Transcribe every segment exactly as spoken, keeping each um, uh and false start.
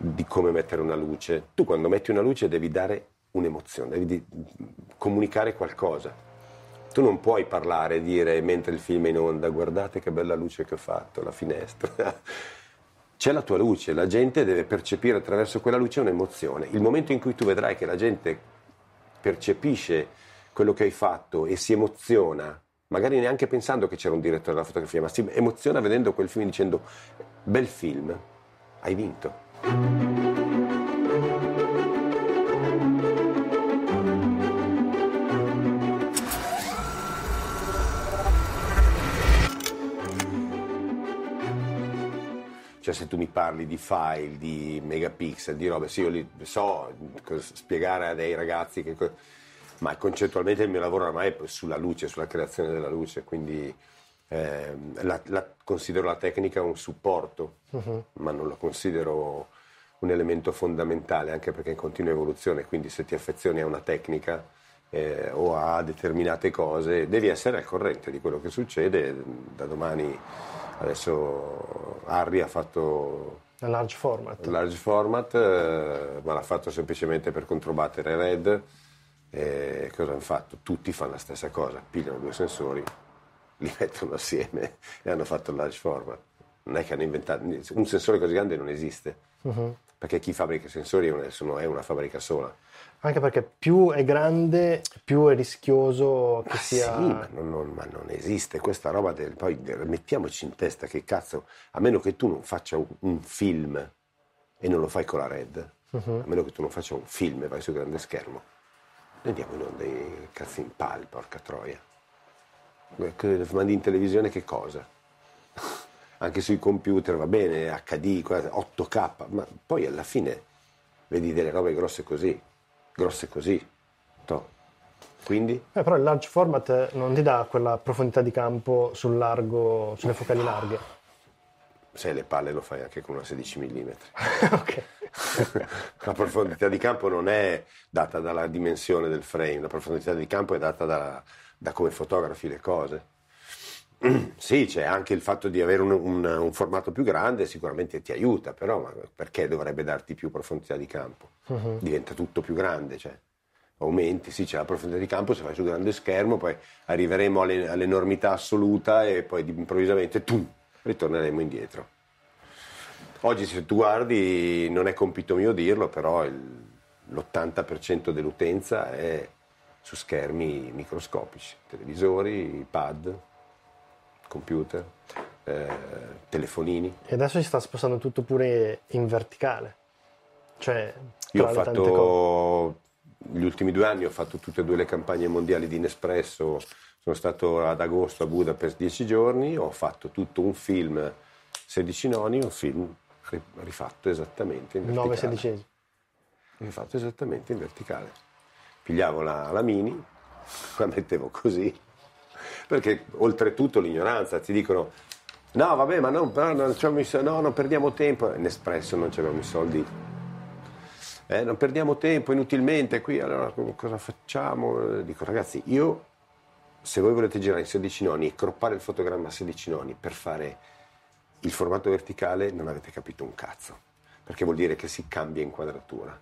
di come mettere una luce. Tu quando metti una luce devi dare un'emozione, devi di- comunicare qualcosa. Tu non puoi parlare e dire mentre il film è in onda, guardate che bella luce che ho fatto, la finestra. C'è la tua luce, la gente deve percepire attraverso quella luce un'emozione. Il momento in cui tu vedrai che la gente percepisce quello che hai fatto e si emoziona, magari neanche pensando che c'era un direttore della fotografia, ma si emoziona vedendo quel film dicendo bel film, hai vinto. Cioè se tu mi parli di file, di megapixel, di robe, sì, io li so cosa spiegare a dei ragazzi, che co- ma concettualmente il mio lavoro ormai è sulla luce, sulla creazione della luce, quindi ehm, la, la- considero la tecnica un supporto, Mhm. ma non lo considero un elemento fondamentale, anche perché è in continua evoluzione, quindi se ti affezioni a una tecnica eh, o a determinate cose, devi essere al corrente di quello che succede. Da domani, adesso Harry ha fatto A large format. il large format, eh, ma l'ha fatto semplicemente per controbattere Red. E cosa hanno fatto? Tutti fanno la stessa cosa, pigliano due sensori, li mettono assieme e hanno fatto il large format. Non è che hanno inventato, un sensore così grande non esiste, Mhm. perché chi fabbrica i sensori è una, sono- è una fabbrica sola. Anche perché più è grande, più è rischioso che Ma sia... sì, ma non, non- ma non esiste questa roba del, poi mettiamoci in testa che cazzo, a meno che tu non faccia un, un film e non lo fai con la Red, Mhm. a meno che tu non faccia un film e vai sul grande schermo, noi andiamo in onda dei cazzi in pal, porca troia. Che- Mandi in televisione che cosa? Anche sui computer va bene, acca di, otto K, ma poi alla fine vedi delle robe grosse così, grosse così. Toh. Quindi? Eh, però il large format non ti dà quella profondità di campo sul largo, sulle focali larghe. Se le palle lo fai anche con una sedici millimetri. Ok. La profondità di campo non è data dalla dimensione del frame, la profondità di campo è data da, da come fotografi le cose. Sì, c'è anche il fatto di avere un, un- un formato più grande, sicuramente ti aiuta, però ma perché dovrebbe darti più profondità di campo? Mhm. Diventa tutto più grande, cioè aumenti, sì, c'è la profondità di campo, se fai sul grande schermo, poi arriveremo alle- all'enormità assoluta e poi improvvisamente tum, ritorneremo indietro. Oggi se tu guardi, non è compito mio dirlo, però il- l'ottanta per cento dell'utenza è su schermi microscopici, televisori, pad, computer, eh, telefonini. E adesso si sta spostando tutto pure in verticale. Cioè, Io tra ho le tante cose. fatto, gli ultimi due anni ho fatto tutte e due le campagne mondiali di Nespresso, sono stato ad agosto a Budapest dieci giorni, ho fatto tutto un film sedici noni, un film ri- rifatto esattamente in nove verticale. sedicesimi. Rifatto esattamente in verticale. Pigliavo la, la mini, la mettevo così, perché oltretutto l'ignoranza, ti dicono no vabbè ma non, però non, c'abbiamo i so- no, non perdiamo tempo, in Nespresso non c'avevamo i soldi. Eh, non perdiamo tempo inutilmente qui, allora cosa facciamo? Dico ragazzi, io se voi volete girare in sedici noni e croppare il fotogramma a sedici noni per fare il formato verticale non avete capito un cazzo, perché vuol dire che si cambia inquadratura.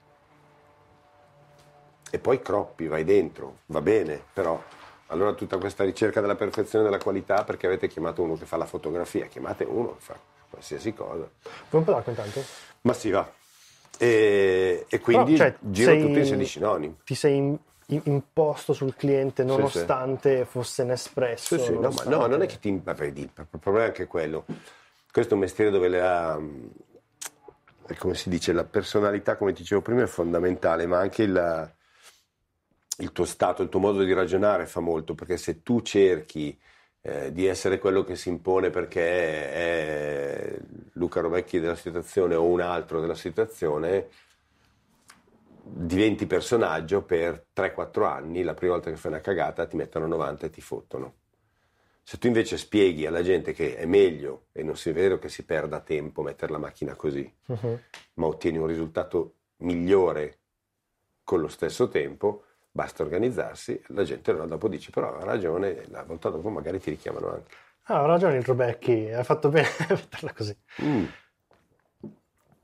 E poi croppi, vai dentro, va bene, però allora tutta questa ricerca della perfezione della qualità, perché avete chiamato uno che fa la fotografia, chiamate uno che fa qualsiasi cosa. Vuoi un po' d'acqua intanto? Ma sì, va. E, e quindi Però, cioè, giro sei- tutto in sedici noni. Ti sei in- in- imposto sul cliente sì. nonostante fosse Nespresso. Sì, sì, no, ma nonostante... no, non è che ti... Vabbè, di- il problema è anche quello. Questo è un mestiere dove la, come si dice, la personalità, come dicevo prima, è fondamentale, ma anche il, il tuo stato, il tuo modo di ragionare fa molto, perché se tu cerchi eh, di essere quello che si impone perché è Luca Rovecchi della situazione o un altro della situazione, diventi personaggio per tre quattro anni, la prima volta che fai una cagata ti mettono novanta e ti fottono. Se tu invece spieghi alla gente che è meglio, e non sia vero che si perda tempo a mettere la macchina così, Mhm. ma ottieni un risultato migliore con lo stesso tempo, basta organizzarsi, la gente allora dopo dice però ha ragione, la volta dopo magari ti richiamano anche. Ah, ha ragione il Robecchi, ha fatto bene a metterla così. Mm.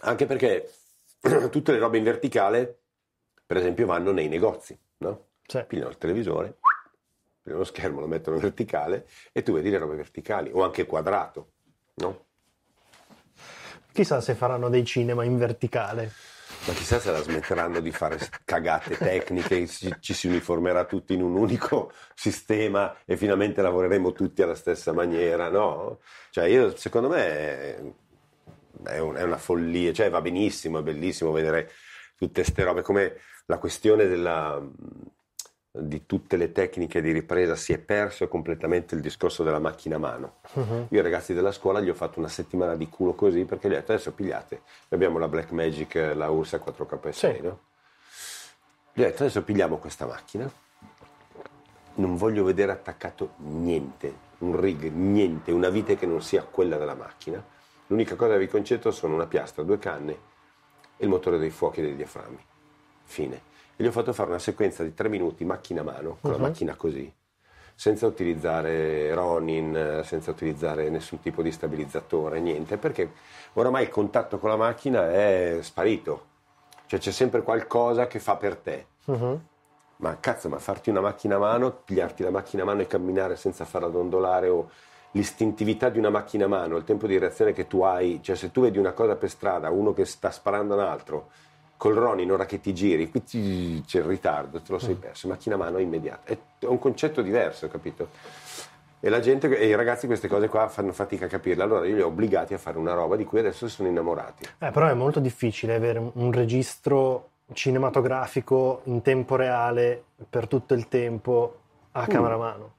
Anche perché tutte le robe in verticale, per esempio, vanno nei negozi, no? Sì. Pigliano il televisore, pigliano lo schermo, lo mettono in verticale e tu vedi le robe verticali, o anche quadrato, no? Chissà se faranno dei cinema in verticale. Ma chissà se la smetteranno di fare cagate tecniche, ci, ci si uniformerà tutti in un unico sistema e finalmente lavoreremo tutti alla stessa maniera, no? Cioè io, secondo me è, è, un, è una follia, cioè va benissimo, è bellissimo vedere tutte ste robe, come la questione della, di tutte le tecniche di ripresa, si è perso completamente il discorso della macchina a mano. Uh-huh. Io ai ragazzi della scuola gli ho fatto una settimana di culo così, perché gli ho detto adesso pigliate, noi abbiamo la Blackmagic, la Ursa quattro K sei, sì. No? Gli ho detto adesso pigliamo questa macchina, non voglio vedere attaccato niente, un rig, niente, una vite che non sia quella della macchina, l'unica cosa che vi concedo sono una piastra, due canne e il motore dei fuochi e dei diaframmi, fine. E gli ho fatto fare una sequenza di tre minuti macchina a mano, con uh-huh. la macchina così, senza utilizzare Ronin, senza utilizzare nessun tipo di stabilizzatore, niente, perché oramai il contatto con la macchina è sparito, cioè c'è sempre qualcosa che fa per te. Uh-huh. Ma cazzo, ma farti una macchina a mano, pigliarti la macchina a mano e camminare senza farla dondolare, o l'istintività di una macchina a mano, il tempo di reazione che tu hai, cioè se tu vedi una cosa per strada, uno che sta sparando a un altro, col Ronin ora che ti giri, qui ti, c'è il ritardo, te lo sei perso, macchina a mano è immediata, è un concetto diverso, capito? E la gente, e i ragazzi queste cose qua fanno fatica a capirle, allora io li ho obbligati a fare una roba di cui adesso sono innamorati. Eh, però è molto difficile avere un registro cinematografico in tempo reale per tutto il tempo a camera a mano.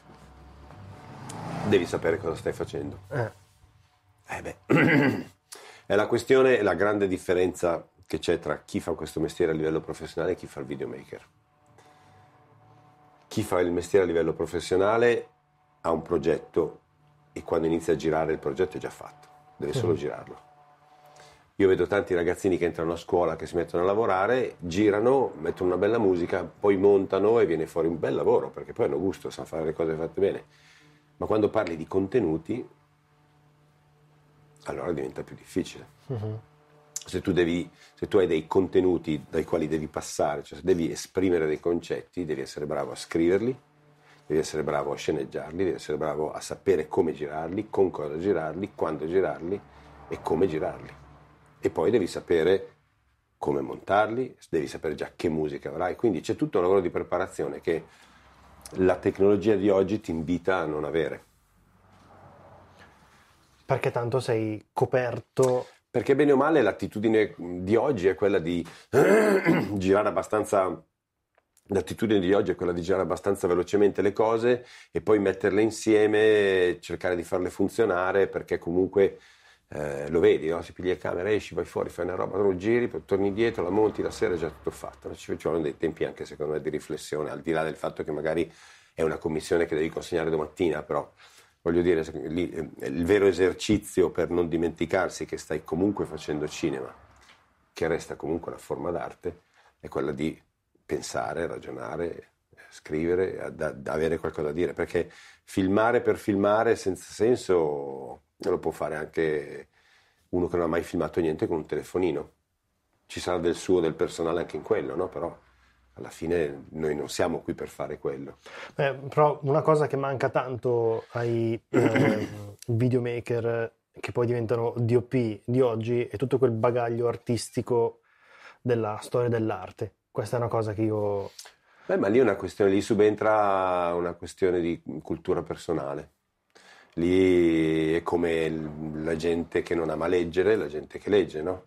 Devi sapere cosa stai facendo. Eh, eh beh, è la questione, la grande differenza che c'è tra chi fa questo mestiere a livello professionale e chi fa il videomaker. Chi fa il mestiere a livello professionale ha un progetto e quando inizia a girare il progetto è già fatto, deve solo mm. girarlo. Io vedo tanti ragazzini che entrano a scuola, che si mettono a lavorare, girano, mettono una bella musica, poi montano e viene fuori un bel lavoro, perché poi hanno gusto, sanno fare le cose fatte bene. Ma quando parli di contenuti, allora diventa più difficile. Mm-hmm. Se tu, devi, se tu hai dei contenuti dai quali devi passare, cioè se devi esprimere dei concetti, devi essere bravo a scriverli, devi essere bravo a sceneggiarli, devi essere bravo a sapere come girarli, con cosa girarli, quando girarli e come girarli. E poi devi sapere come montarli, devi sapere già che musica avrai, quindi c'è tutto un lavoro di preparazione che la tecnologia di oggi ti invita a non avere. Perché tanto sei coperto... Perché bene o male l'attitudine di oggi è quella di girare abbastanza, l'attitudine di oggi è quella di girare abbastanza velocemente le cose e poi metterle insieme, cercare di farle funzionare, perché comunque eh, lo vedi, no? Si piglia la camera, esci, vai fuori, fai una roba, lo giri, poi torni indietro, la monti, la sera è già tutto fatto. Ci vogliono dei tempi anche secondo me di riflessione, al di là del fatto che magari è una commissione che devi consegnare domattina, però... Voglio dire, il vero esercizio per non dimenticarsi che stai comunque facendo cinema, che resta comunque una forma d'arte, è quella di pensare, ragionare, scrivere, da, da avere qualcosa da dire, perché filmare per filmare senza senso lo può fare anche uno che non ha mai filmato niente con un telefonino. Ci sarà del suo, del personale anche in quello, no? Però alla fine noi non siamo qui per fare quello. Beh, però una cosa che manca tanto ai eh, videomaker che poi diventano D O P di oggi è tutto quel bagaglio artistico della storia dell'arte. Questa è una cosa che io... Beh, ma lì è una questione, lì subentra una questione di cultura personale. Lì è come la gente che non ama leggere, la gente che legge, no?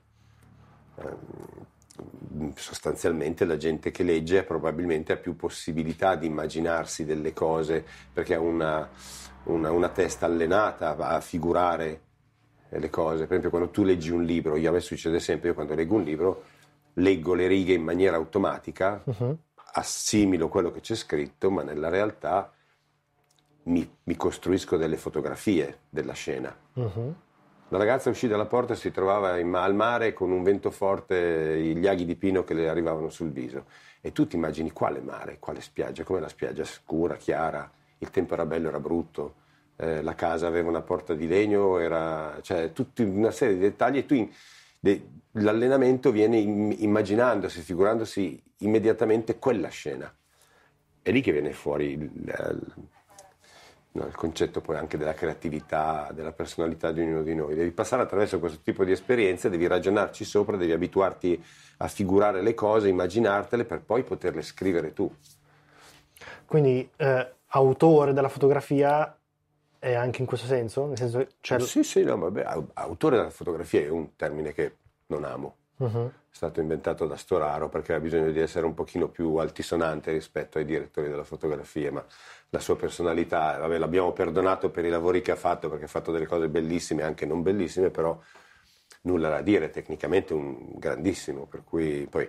Sostanzialmente la gente che legge probabilmente ha più possibilità di immaginarsi delle cose perché ha una, una, una testa allenata a figurare le cose. Per esempio quando tu leggi un libro, io a me succede sempre, io quando leggo un libro leggo le righe in maniera automatica, uh-huh. assimilo quello che c'è scritto, ma nella realtà mi, mi costruisco delle fotografie della scena. Uh-huh. La ragazza uscì dalla porta e si trovava in, al mare con un vento forte, gli aghi di pino che le arrivavano sul viso. E tu ti immagini quale mare, quale spiaggia, come la spiaggia scura, chiara, il tempo era bello, era brutto, eh, la casa aveva una porta di legno, era, cioè tutta una serie di dettagli e tu in, de, l'allenamento viene im, immaginandosi, figurandosi immediatamente quella scena. È lì che viene fuori il, il, no, il concetto poi anche della creatività, della personalità di ognuno di noi. Devi passare attraverso questo tipo di esperienze, devi ragionarci sopra, devi abituarti a figurare le cose, immaginartele per poi poterle scrivere tu. Quindi eh, autore della fotografia è anche in questo senso? Nel senso c'è... Sì, sì, no, vabbè, autore della fotografia è un termine che non amo. Uh-huh. È stato inventato da Storaro perché ha bisogno di essere un pochino più altisonante rispetto ai direttori della fotografia, ma la sua personalità, vabbè, l'abbiamo perdonato per i lavori che ha fatto, perché ha fatto delle cose bellissime, anche non bellissime, però nulla da dire, tecnicamente un grandissimo, per cui poi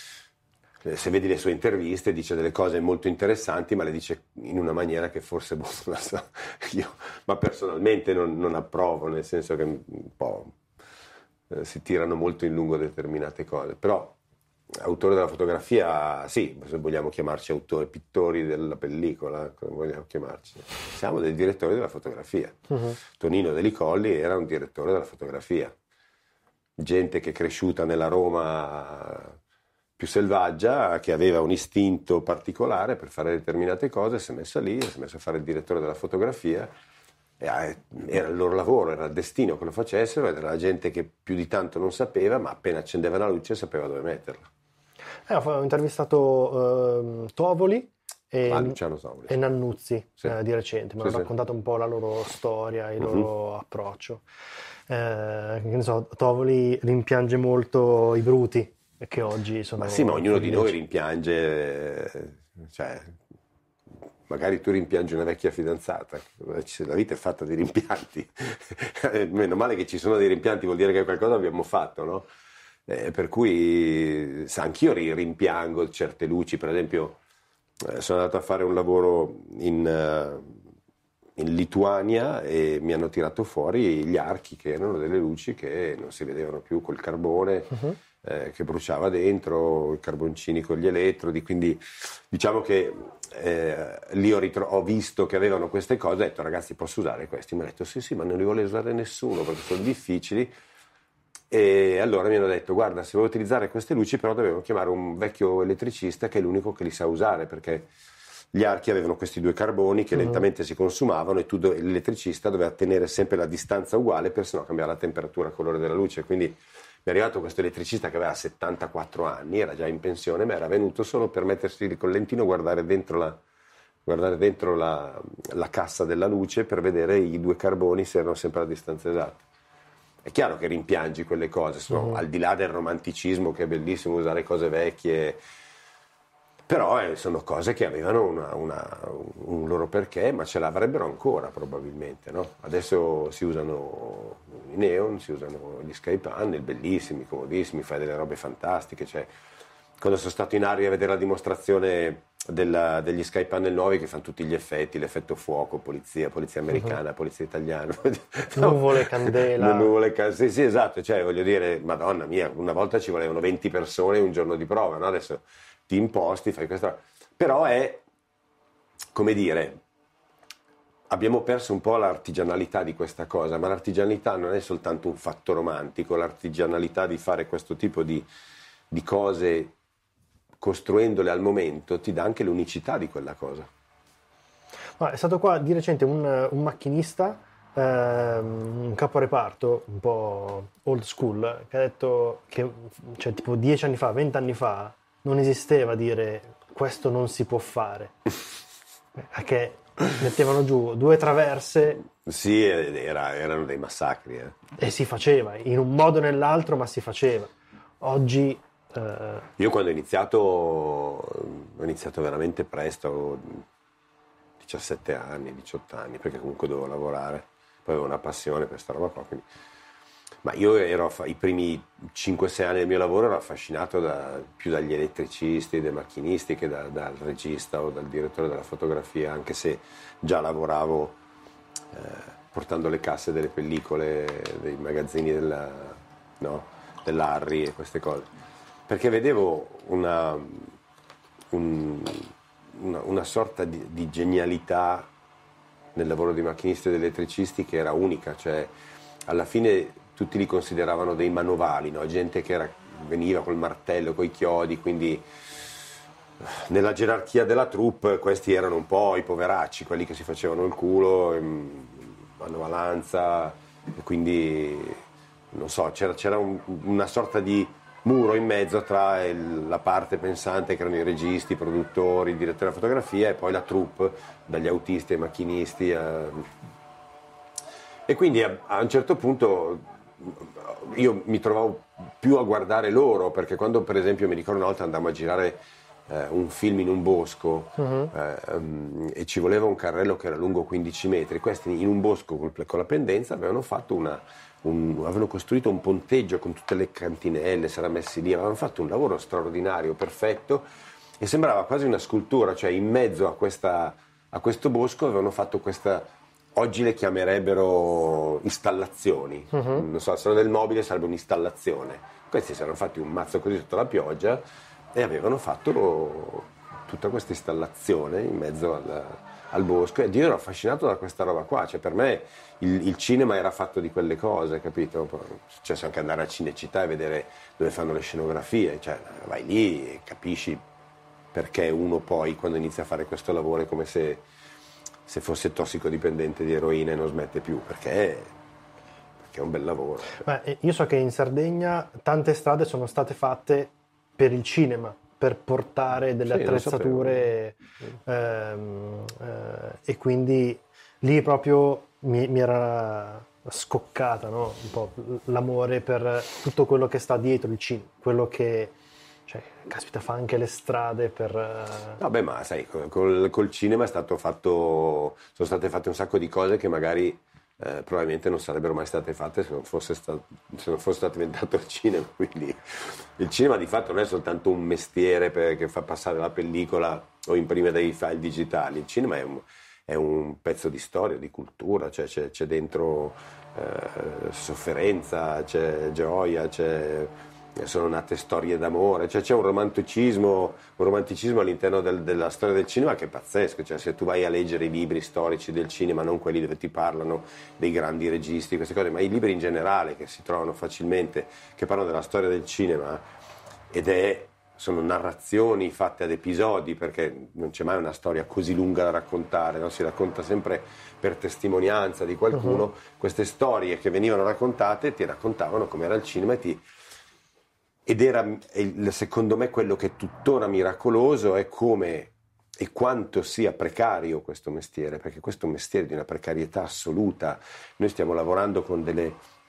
se vedi le sue interviste dice delle cose molto interessanti, ma le dice in una maniera che forse boh, non so, io, ma personalmente non, non approvo, nel senso che un po' eh, si tirano molto in lungo determinate cose, però autore della fotografia, sì, se vogliamo chiamarci autori, pittori della pellicola, come vogliamo chiamarci, siamo dei direttori della fotografia. Uh-huh. Tonino Deli Colli era un direttore della fotografia, gente che è cresciuta nella Roma più selvaggia, che aveva un istinto particolare per fare determinate cose, si è messa lì, si è messa a fare il direttore della fotografia, e era il loro lavoro, era il destino che lo facessero, ed era la gente che più di tanto non sapeva, ma appena accendeva la luce sapeva dove metterla. Eh, ho intervistato eh, Tovoli e, ah, Luciano Tovoli, e Nannuzzi sì. eh, di recente, mi sì, hanno sì. raccontato un po' la loro storia, il uh-huh. loro approccio. Eh, che ne so, Tovoli rimpiange molto i bruti che oggi sono... Ma sì, ma ognuno di noi rimpiange, cioè, magari tu rimpiangi una vecchia fidanzata, la vita è fatta di rimpianti, meno male che ci sono dei rimpianti, vuol dire che qualcosa abbiamo fatto, no? Eh, per cui sa, anch'io rimpiango certe luci, per esempio eh, sono andato a fare un lavoro in, uh, in Lituania e mi hanno tirato fuori gli archi che erano delle luci che non si vedevano più col carbone, uh-huh. eh, che bruciava dentro, i carboncini con gli elettrodi, quindi diciamo che eh, lì ho, ritro- ho visto che avevano queste cose, ho detto ragazzi posso usare questi? Mi hanno detto sì sì, ma non li vuole usare nessuno perché sono difficili. E allora mi hanno detto guarda, se vuoi utilizzare queste luci però dobbiamo chiamare un vecchio elettricista che è l'unico che li sa usare, perché gli archi avevano questi due carboni che uh-huh. lentamente si consumavano e tu do- l'elettricista doveva tenere sempre la distanza uguale per sennò cambiare la temperatura e il colore della luce. Quindi mi è arrivato questo elettricista che aveva settantaquattro anni, era già in pensione, ma era venuto solo per mettersi col lentino a guardare dentro la guardare dentro la, la cassa della luce per vedere i due carboni se erano sempre alla distanza esatta. È chiaro che rimpiangi quelle cose, sono, uh-huh. al di là del romanticismo che è bellissimo usare cose vecchie, però eh, sono cose che avevano una, una, un loro perché, ma ce l'avrebbero ancora probabilmente, no? Adesso si usano i neon, si usano gli sky panel, bellissimi, comodissimi, fai delle robe fantastiche, cioè, quando sono stato in Aria a vedere la dimostrazione della, degli sky panel nuovi che fanno tutti gli effetti, l'effetto fuoco, polizia, polizia americana, uh-huh. polizia italiana, nuvole, candela, nuvole, can- sì, sì, esatto, cioè voglio dire, madonna mia, una volta ci volevano venti persone un giorno di prova, no? Adesso ti imposti, fai questa, però è, come dire, abbiamo perso un po' l'artigianalità di questa cosa, ma l'artigianalità non è soltanto un fatto romantico, l'artigianalità di fare questo tipo di, di cose costruendole al momento ti dà anche l'unicità di quella cosa. Ma è stato qua di recente un, un macchinista, ehm, un caporeparto un po' old school, che ha detto che cioè, tipo dieci anni fa, venti anni fa non esisteva dire questo non si può fare, perché mettevano giù due traverse. Sì, era, erano dei massacri. Eh. E si faceva, in un modo o nell'altro, ma si faceva. Oggi... Uh... Io quando ho iniziato, ho iniziato veramente presto, diciassette anni, diciotto anni, perché comunque dovevo lavorare, poi avevo una passione per questa roba qua, quindi... ma io ero, i primi cinque sei anni del mio lavoro ero affascinato da, più dagli elettricisti, dai macchinisti che da, dal regista o dal direttore della fotografia, anche se già lavoravo eh, portando le casse delle pellicole, dei magazzini della, no, dell'Harry e queste cose. Perché vedevo una, un, una, una sorta di, di genialità nel lavoro dei macchinisti e degli elettricisti che era unica, cioè alla fine tutti li consideravano dei manovali, no? Gente che era, veniva col martello, coi chiodi, quindi nella gerarchia della troupe questi erano un po' i poveracci, quelli che si facevano il culo, manovalanza, e quindi non so, c'era, c'era un, una sorta di muro in mezzo tra il, la parte pensante, che erano i registi, i produttori, il direttore della fotografia, e poi la troupe, dagli autisti ai macchinisti. A... E quindi a, a un certo punto io mi trovavo più a guardare loro, perché quando per esempio mi ricordo una volta andammo a girare eh, un film in un bosco, uh-huh. eh, um, e ci voleva un carrello che era lungo quindici metri, questi in un bosco col, con la pendenza avevano fatto una Un, avevano costruito un ponteggio con tutte le cantinelle, si era messi lì, avevano fatto un lavoro straordinario, perfetto, e sembrava quasi una scultura, cioè in mezzo a, questa, a questo bosco avevano fatto questa, oggi le chiamerebbero installazioni, uh-huh. non so, se non del mobile sarebbe un'installazione. Questi si erano fatti un mazzo così sotto la pioggia e avevano fatto tutta questa installazione in mezzo al, al bosco, e io ero affascinato da questa roba qua, cioè per me il, il cinema era fatto di quelle cose, capito? Cioè anche andare a Cinecittà e vedere dove fanno le scenografie, cioè vai lì e capisci perché uno poi quando inizia a fare questo lavoro è come se, se fosse tossicodipendente di eroina e non smette più, perché, perché è un bel lavoro. Beh, io so che in Sardegna tante strade sono state fatte per il cinema, per portare delle sì, attrezzature ehm, eh, e quindi lì proprio mi, mi era scoccata, no? Un po' l'amore per tutto quello che sta dietro il cinema, quello che, cioè, caspita, fa anche le strade per... Uh... Vabbè, ma sai, col, col cinema è stato fatto, sono state fatte un sacco di cose che magari eh, probabilmente non sarebbero mai state fatte se non fosse stato, se non fosse stato inventato il cinema. Quindi il cinema di fatto non è soltanto un mestiere per, che fa passare la pellicola o imprime dei file digitali. Il cinema è un, è un pezzo di storia, di cultura, cioè c'è, c'è dentro eh, sofferenza, c'è gioia, c'è, sono nate storie d'amore, cioè c'è un romanticismo, un romanticismo all'interno del, della storia del cinema che è pazzesco. Cioè se tu vai a leggere i libri storici del cinema, non quelli dove ti parlano dei grandi registi, queste cose, ma i libri in generale che si trovano facilmente, che parlano della storia del cinema, ed è, sono narrazioni fatte ad episodi, perché non c'è mai una storia così lunga da raccontare, no? Si racconta sempre per testimonianza di qualcuno. Uh-huh. Queste storie che venivano raccontate ti raccontavano com'era il cinema e ti... Ed era, secondo me, quello che è tuttora miracoloso è come e quanto sia precario questo mestiere, perché questo è un mestiere di una precarietà assoluta. Noi stiamo lavorando con delle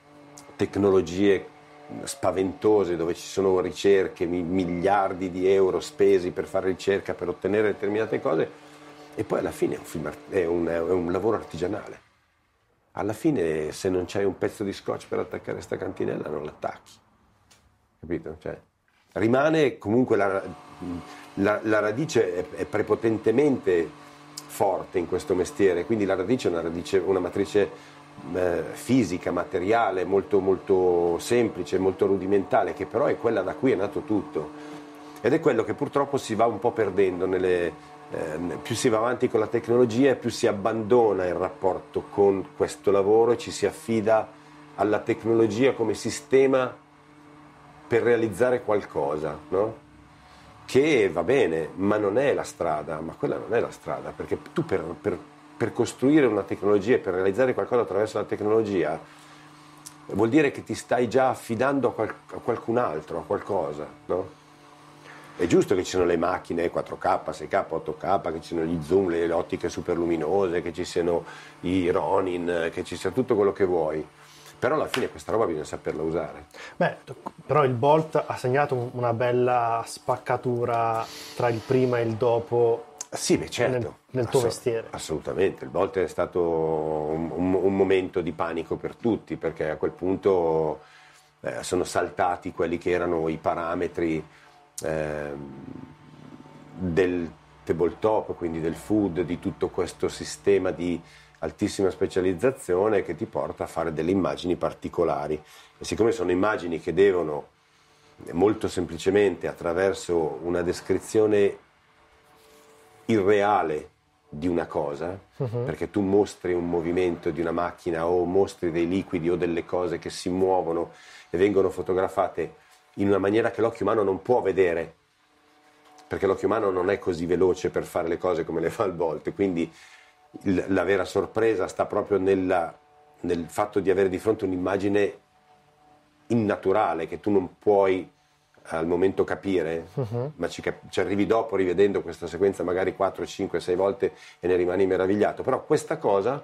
tecnologie spaventose dove ci sono ricerche, miliardi di euro spesi per fare ricerca, per ottenere determinate cose, e poi alla fine è un, film, è un, è un lavoro artigianale. Alla fine, se non c'hai un pezzo di scotch per attaccare sta cantinella, non l'attacchi. Capito? Cioè, rimane comunque la, la, la radice è, è prepotentemente forte in questo mestiere, quindi la radice è una, radice, una matrice eh, fisica, materiale, molto, molto semplice, molto rudimentale, che però è quella da cui è nato tutto, ed è quello che purtroppo si va un po' perdendo nelle, eh, più si va avanti con la tecnologia e più si abbandona il rapporto con questo lavoro e ci si affida alla tecnologia come sistema per realizzare qualcosa, no? Che va bene, ma non è la strada, ma quella non è la strada, perché tu per, per, per costruire una tecnologia, per realizzare qualcosa attraverso la tecnologia, vuol dire che ti stai già affidando a, qual, a qualcun altro, a qualcosa, no? È giusto che ci siano le macchine quattro K, sei K, otto K, che ci siano gli zoom, le ottiche superluminose, che ci siano i Ronin, che ci sia tutto quello che vuoi. Però alla fine questa roba bisogna saperla usare. Beh, però il Bolt ha segnato una bella spaccatura tra il prima e il dopo. Sì, beh, certo. Nel, nel tuo Assolut- mestiere. Assolutamente. Il Bolt è stato un, un, un momento di panico per tutti, perché a quel punto eh, sono saltati quelli che erano i parametri eh, del tabletop, quindi del food, di tutto questo sistema di altissima specializzazione che ti porta a fare delle immagini particolari, e siccome sono immagini che devono molto semplicemente attraverso una descrizione irreale di una cosa, uh-huh. perché tu mostri un movimento di una macchina o mostri dei liquidi o delle cose che si muovono e vengono fotografate in una maniera che l'occhio umano non può vedere, perché l'occhio umano non è così veloce per fare le cose come le fa il Bolt, quindi il, la vera sorpresa sta proprio nella, nel fatto di avere di fronte un'immagine innaturale che tu non puoi al momento capire, uh-huh. ma ci, cap- ci arrivi dopo rivedendo questa sequenza magari quattro, cinque, sei volte e ne rimani meravigliato. Però questa cosa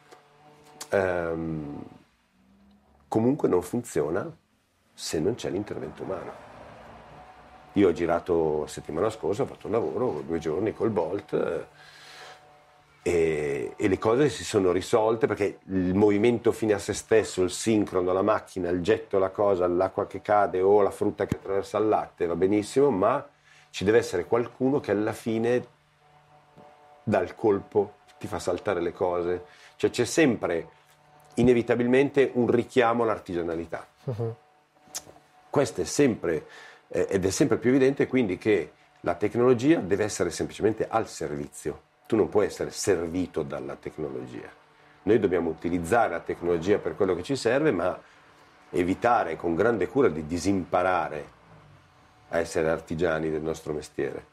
ehm, comunque non funziona se non c'è l'intervento umano. Io ho girato settimana scorsa, ho fatto un lavoro due giorni col Bolt eh, e, e le cose si sono risolte perché il movimento fine a se stesso, il sincrono, la macchina, il getto, la cosa, l'acqua che cade o la frutta che attraversa il latte va benissimo, ma ci deve essere qualcuno che alla fine dà il colpo, ti fa saltare le cose, cioè c'è sempre inevitabilmente un richiamo all'artigianalità. Uh-huh. Questo è sempre eh, ed è sempre più evidente quindi che la tecnologia deve essere semplicemente al servizio. Tu non puoi essere servito dalla tecnologia. Noi dobbiamo utilizzare la tecnologia per quello che ci serve, ma evitare con grande cura di disimparare a essere artigiani del nostro mestiere.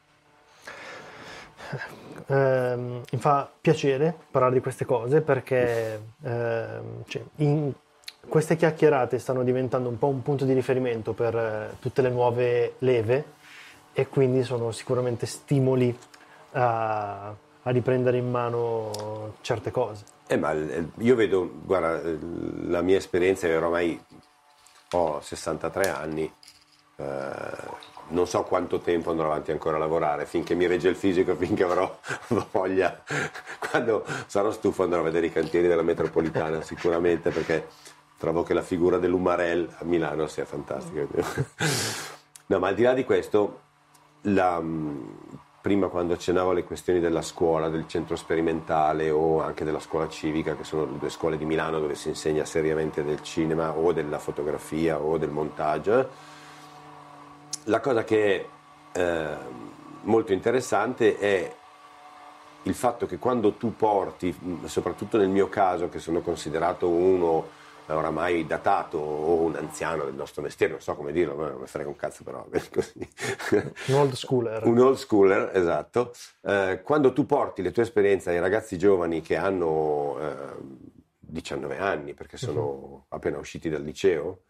Eh, mi fa piacere parlare di queste cose perché eh, cioè, in queste chiacchierate stanno diventando un po' un punto di riferimento per eh, tutte le nuove leve e quindi sono sicuramente stimoli a, a riprendere in mano certe cose. Eh, ma io vedo, guarda, la mia esperienza, io ormai ho sessantatré anni, eh, non so quanto tempo andrò avanti ancora a lavorare, finché mi regge il fisico, finché avrò voglia. Quando sarò stufo andrò a vedere i cantieri della metropolitana sicuramente, perché trovo che la figura dell'Umarell a Milano sia fantastica. No, ma al di là di questo, la, prima quando accennavo alle questioni della scuola, del centro sperimentale o anche della scuola civica, che sono le due scuole di Milano dove si insegna seriamente del cinema o della fotografia o del montaggio, la cosa che è eh, molto interessante è il fatto che quando tu porti, soprattutto nel mio caso che sono considerato uno oramai datato o un anziano del nostro mestiere, non so come dirlo, non mi frega un cazzo però, così. Un old schooler. Un old schooler, esatto. Eh, quando tu porti le tue esperienze ai ragazzi giovani che hanno eh, diciannove anni, perché sono uh-huh. appena usciti dal liceo,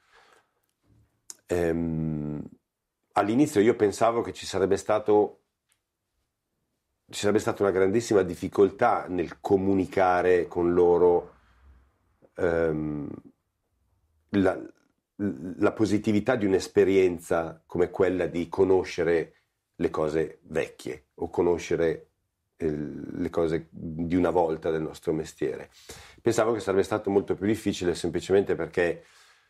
ehm, all'inizio io pensavo che ci sarebbe stato ci sarebbe stata una grandissima difficoltà nel comunicare con loro ehm, la, la positività di un'esperienza come quella di conoscere le cose vecchie o conoscere eh, le cose di una volta del nostro mestiere. Pensavo che sarebbe stato molto più difficile semplicemente perché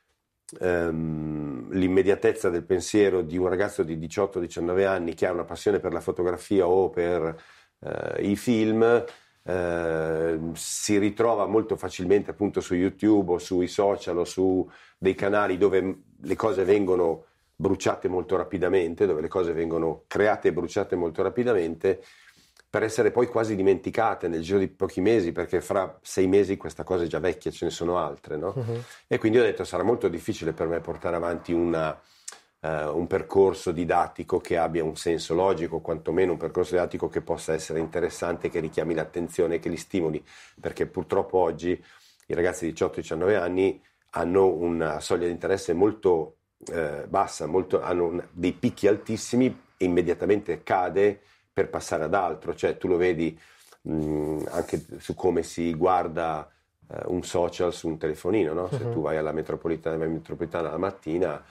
Um, l'immediatezza del pensiero di un ragazzo di diciotto diciannove anni che ha una passione per la fotografia o per uh, i film uh, si ritrova molto facilmente appunto su YouTube o sui social o su dei canali dove le cose vengono bruciate molto rapidamente, dove le cose vengono create e bruciate molto rapidamente per essere poi quasi dimenticate nel giro di pochi mesi, perché fra sei mesi questa cosa è già vecchia, ce ne sono altre, no? Uh-huh. E quindi ho detto sarà molto difficile per me portare avanti una, uh, un percorso didattico che abbia un senso logico, quantomeno un percorso didattico che possa essere interessante, che richiami l'attenzione, che li stimoli, perché purtroppo oggi i ragazzi di diciotto diciannove anni hanno una soglia di interesse molto uh, bassa, molto, hanno un, dei picchi altissimi e immediatamente cade per passare ad altro, cioè tu lo vedi mh, anche su come si guarda uh, un social su un telefonino, no? Uh-huh. Se tu vai alla metropolitana, vai metropolitana la mattina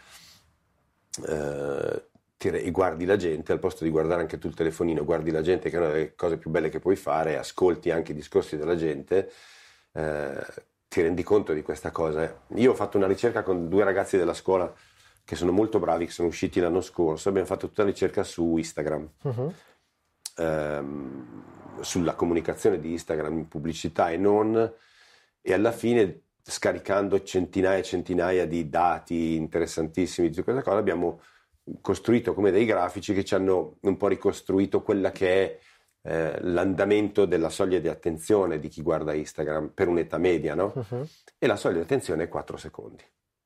uh, ti, e guardi la gente, al posto di guardare anche tu il telefonino, guardi la gente, che è una delle cose più belle che puoi fare, ascolti anche i discorsi della gente, uh, ti rendi conto di questa cosa. Io ho fatto una ricerca con due ragazzi della scuola che sono molto bravi, che sono usciti l'anno scorso, abbiamo fatto tutta la ricerca su Instagram. Uh-huh. Ehm, sulla comunicazione di Instagram in pubblicità e non, e alla fine scaricando centinaia e centinaia di dati interessantissimi di questa cosa abbiamo costruito come dei grafici che ci hanno un po' ricostruito quella che è eh, l'andamento della soglia di attenzione di chi guarda Instagram per un'età media, no? Uh-huh. E la soglia di attenzione è quattro secondi.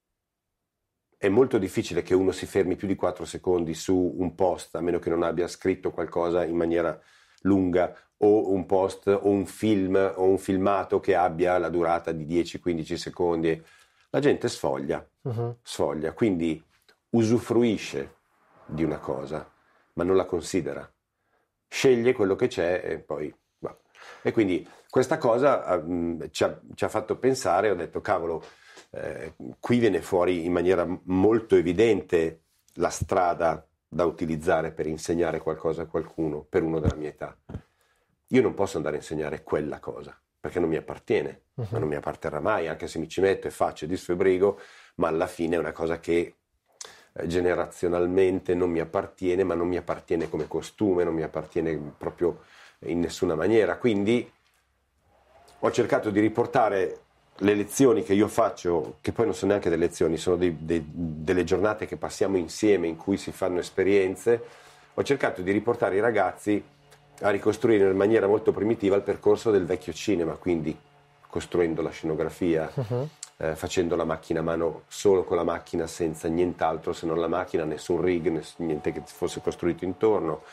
È molto difficile che uno si fermi più di quattro secondi su un post, a meno che non abbia scritto qualcosa in maniera lunga, o un post o un film o un filmato che abbia la durata di dieci quindici secondi. La gente sfoglia, uh-huh. sfoglia, quindi usufruisce di una cosa, ma non la considera. Sceglie quello che c'è e poi va. E quindi questa cosa um, ci, ha, ci ha fatto pensare, ho detto cavolo, eh, qui viene fuori in maniera molto evidente la strada da utilizzare per insegnare qualcosa a qualcuno, per uno della mia età. Io non posso andare a insegnare quella cosa, perché non mi appartiene, uh-huh. ma non mi apparterrà mai, anche se mi ci metto e faccio e disfabrico, ma alla fine è una cosa che eh, generazionalmente non mi appartiene, ma non mi appartiene come costume, non mi appartiene proprio in nessuna maniera. Quindi ho cercato di riportare le lezioni che io faccio, che poi non sono neanche delle lezioni, sono dei, dei, delle giornate che passiamo insieme in cui si fanno esperienze. Ho cercato di riportare i ragazzi a ricostruire in maniera molto primitiva il percorso del vecchio cinema, quindi costruendo la scenografia, uh-huh. eh, facendo la macchina a mano solo con la macchina, senza nient'altro se non la macchina, nessun rig, ness- niente che fosse costruito intorno,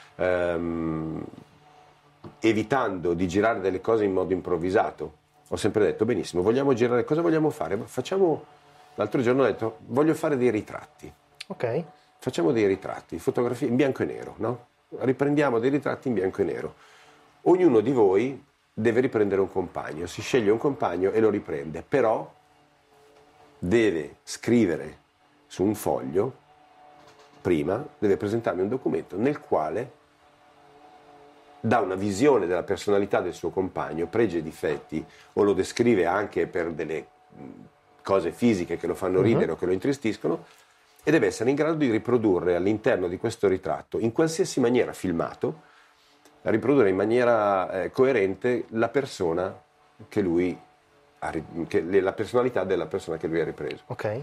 ehm, evitando di girare delle cose in modo improvvisato. Ho sempre detto, benissimo, vogliamo girare, cosa vogliamo fare? Facciamo, l'altro giorno ho detto, voglio fare dei ritratti. Ok. Facciamo dei ritratti, fotografie in bianco e nero, no? Riprendiamo dei ritratti in bianco e nero. Ognuno di voi deve riprendere un compagno, si sceglie un compagno e lo riprende, però deve scrivere su un foglio, prima, deve presentarmi un documento nel quale dà una visione della personalità del suo compagno, pregi e difetti, o lo descrive anche per delle cose fisiche che lo fanno ridere uh-huh. o che lo intristiscono, e deve essere in grado di riprodurre all'interno di questo ritratto, in qualsiasi maniera filmato, riprodurre in maniera eh, coerente la persona che lui ha, che, la personalità della persona che lui ha ripreso. Ok.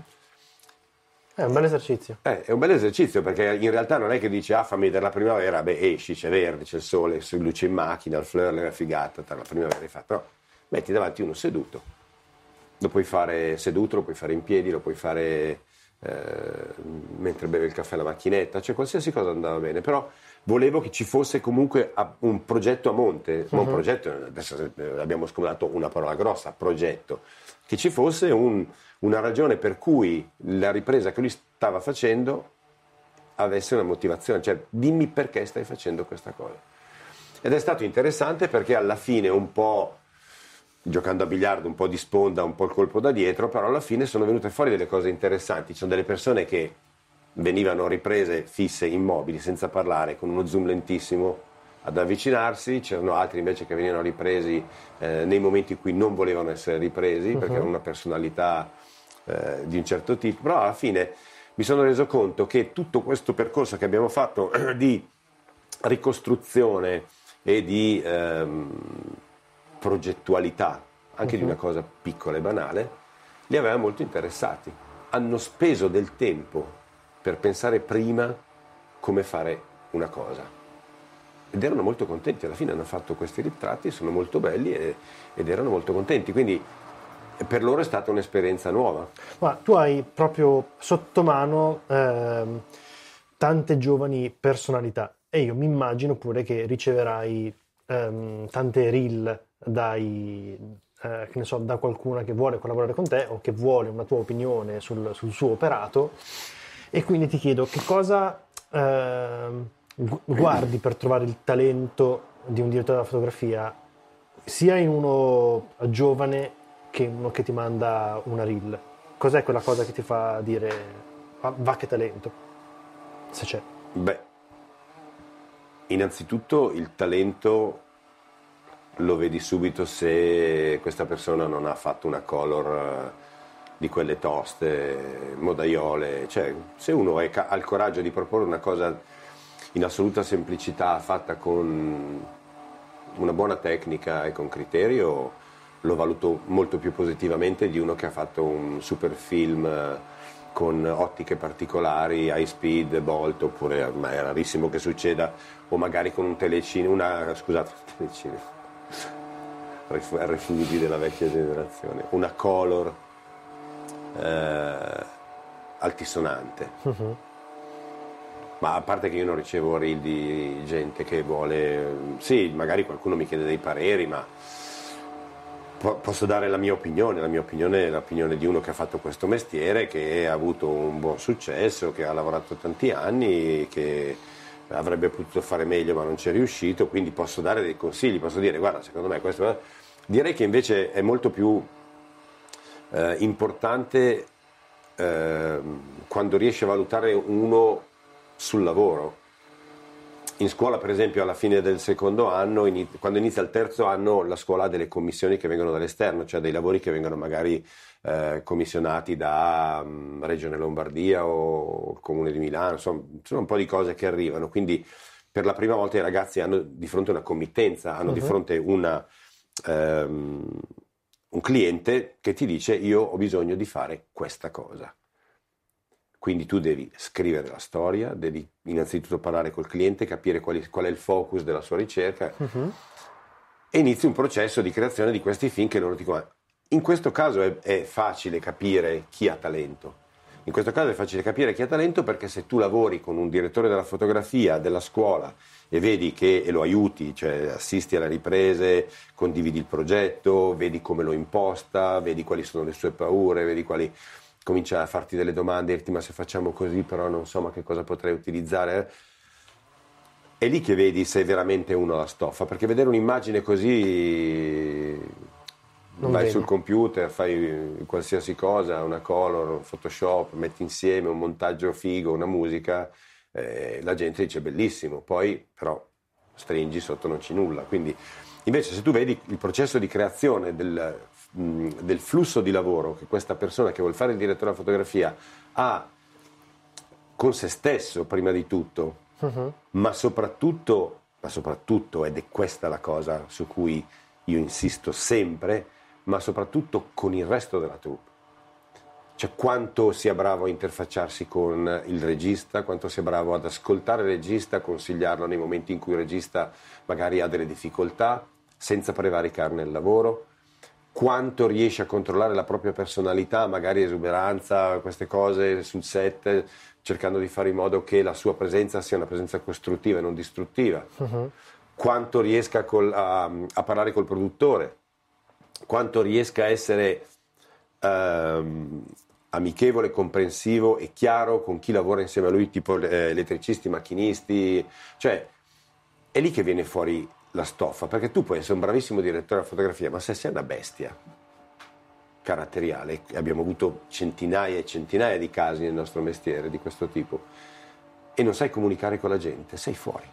È un bel esercizio. Eh, è un bel esercizio, perché in realtà non è che dici ah fammi vedere la primavera, beh esci, c'è verde, c'è il sole, si luce in macchina, il fleur, la figata, tra la primavera hai fatto. No, metti davanti uno seduto, lo puoi fare seduto, lo puoi fare in piedi, lo puoi fare eh, mentre beve il caffè alla macchinetta, cioè qualsiasi cosa andava bene, però volevo che ci fosse comunque un progetto a monte, uh-huh. un progetto, adesso abbiamo scomodato una parola grossa, progetto, che ci fosse un una ragione per cui la ripresa che lui stava facendo avesse una motivazione, cioè dimmi perché stai facendo questa cosa. Ed è stato interessante perché alla fine un po', giocando a biliardo, un po' di sponda, un po' il colpo da dietro, però alla fine sono venute fuori delle cose interessanti. Ci sono delle persone che venivano riprese fisse, immobili, senza parlare, con uno zoom lentissimo ad avvicinarsi, c'erano altri invece che venivano ripresi eh, nei momenti in cui non volevano essere ripresi, uh-huh. perché avevano una personalità Eh, di un certo tipo, però alla fine mi sono reso conto che tutto questo percorso che abbiamo fatto eh, di ricostruzione e di ehm, progettualità anche uh-huh. di una cosa piccola e banale li aveva molto interessati, hanno speso del tempo per pensare prima come fare una cosa ed erano molto contenti, alla fine hanno fatto questi ritratti, sono molto belli e, ed erano molto contenti, quindi per loro è stata un'esperienza nuova. Ma tu hai proprio sotto mano eh, tante giovani personalità e io mi immagino pure che riceverai ehm, tante reel dai, eh, che ne so, da qualcuna che vuole collaborare con te o che vuole una tua opinione sul, sul suo operato, e quindi ti chiedo che cosa eh, guardi per trovare il talento di un direttore della fotografia sia in uno giovane che uno che ti manda una reel. Cos'è quella cosa che ti fa dire va, va che talento, se c'è? Beh, innanzitutto il talento lo vedi subito se questa persona non ha fatto una color di quelle toste, modaiole, cioè se uno è, ha il coraggio di proporre una cosa in assoluta semplicità, fatta con una buona tecnica e con criterio, lo valuto molto più positivamente di uno che ha fatto un super film con ottiche particolari, high speed, volt, oppure, ma è rarissimo che succeda, o magari con un telecinema, una, scusate, telecinema, refugi della vecchia generazione, una color eh, altisonante. Uh-huh. Ma a parte che io non ricevo reel di gente che vuole, sì, magari qualcuno mi chiede dei pareri, ma po- posso dare la mia opinione. La mia opinione è l'opinione di uno che ha fatto questo mestiere, che ha avuto un buon successo, che ha lavorato tanti anni, che avrebbe potuto fare meglio ma non ci è riuscito, quindi posso dare dei consigli, posso dire guarda, secondo me questo... Direi che invece è molto più eh, importante eh, quando riesci a valutare uno sul lavoro. In scuola, per esempio, alla fine del secondo anno, iniz- quando inizia il terzo anno, la scuola ha delle commissioni che vengono dall'esterno, cioè dei lavori che vengono magari eh, commissionati da um, Regione Lombardia o il Comune di Milano, insomma, sono un po' di cose che arrivano. Quindi per la prima volta i ragazzi hanno di fronte una committenza, hanno uh-huh. di fronte una, um, un cliente che ti dice io ho bisogno di fare questa cosa. Quindi tu devi scrivere la storia, devi innanzitutto parlare col cliente, capire qual, qual è il focus della sua ricerca uh-huh. e inizi un processo di creazione di questi film che loro ti dicono. In questo caso è, è facile capire chi ha talento. In questo caso è facile capire chi ha talento perché se tu lavori con un direttore della fotografia della scuola e vedi che e lo aiuti, cioè assisti alle riprese, condividi il progetto, vedi come lo imposta, vedi quali sono le sue paure, vedi quali... comincia a farti delle domande, dirti ma se facciamo così però non so ma che cosa potrei utilizzare, è lì che vedi se è veramente uno la stoffa, perché vedere un'immagine così non vai vedi. Sul computer, fai qualsiasi cosa, una color, un Photoshop, metti insieme un montaggio figo, una musica, eh, la gente dice bellissimo, poi però stringi sotto non c'è nulla. Quindi invece se tu vedi il processo di creazione del del flusso di lavoro che questa persona che vuole fare il direttore della fotografia ha con se stesso prima di tutto, uh-huh. ma soprattutto, ma soprattutto, ed è questa la cosa su cui io insisto sempre, ma soprattutto con il resto della troupe. Cioè quanto sia bravo a interfacciarsi con il regista, quanto sia bravo ad ascoltare il regista, consigliarlo nei momenti in cui il regista magari ha delle difficoltà, senza prevaricarne il lavoro, quanto riesce a controllare la propria personalità, magari esuberanza, queste cose sul set, cercando di fare in modo che la sua presenza sia una presenza costruttiva e non distruttiva, uh-huh. quanto riesca col, a, a parlare col produttore, quanto riesca a essere ehm, amichevole, comprensivo e chiaro con chi lavora insieme a lui, tipo eh, elettricisti, macchinisti, cioè è lì che viene fuori la stoffa, perché tu puoi essere un bravissimo direttore della fotografia, ma se sei una bestia caratteriale, abbiamo avuto centinaia e centinaia di casi nel nostro mestiere di questo tipo, e non sai comunicare con la gente, sei fuori,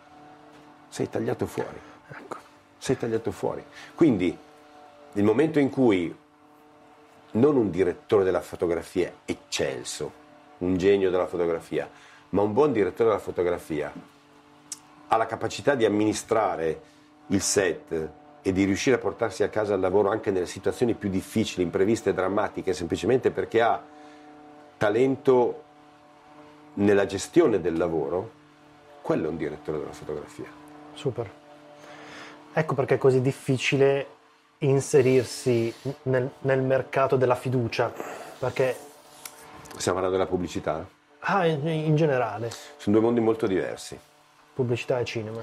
sei tagliato fuori, ecco. sei tagliato fuori. Quindi il momento in cui non un direttore della fotografia eccelso, un genio della fotografia, ma un buon direttore della fotografia ha la capacità di amministrare il set e di riuscire a portarsi a casa il lavoro anche nelle situazioni più difficili, impreviste e drammatiche, semplicemente perché ha talento nella gestione del lavoro, quello è un direttore della fotografia. Super. Ecco perché è così difficile inserirsi nel, nel mercato della fiducia, perché... Stiamo parlando della pubblicità? Ah, in, in generale. Sono due mondi molto diversi. Pubblicità e cinema.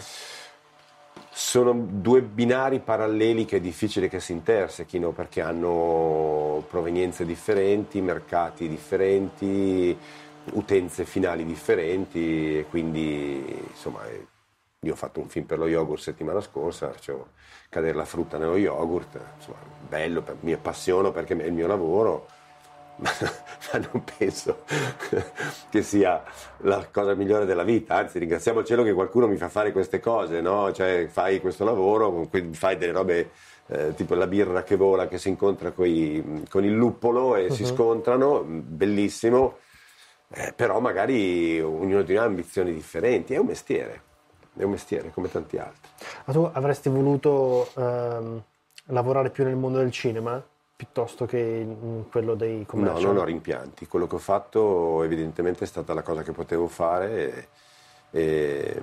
Sono due binari paralleli che è difficile che si intersechino perché hanno provenienze differenti, mercati differenti, utenze finali differenti e quindi insomma io ho fatto un film per lo yogurt settimana scorsa, facevo cadere la frutta nello yogurt, insomma bello, mi appassiono perché è il mio lavoro. Ma, ma non penso che sia la cosa migliore della vita, anzi ringraziamo il cielo che qualcuno mi fa fare queste cose, no? Cioè fai questo lavoro, fai delle robe eh, tipo la birra che vola, che si incontra coi, con il luppolo e uh-huh. si scontrano, bellissimo, eh, però magari ognuno di noi ha ambizioni differenti, è un mestiere, è un mestiere come tanti altri. Ma tu avresti voluto ehm, lavorare più nel mondo del cinema? piuttosto che in quello dei No, commercial? non ho rimpianti. Quello che ho fatto evidentemente è stata la cosa che potevo fare e, e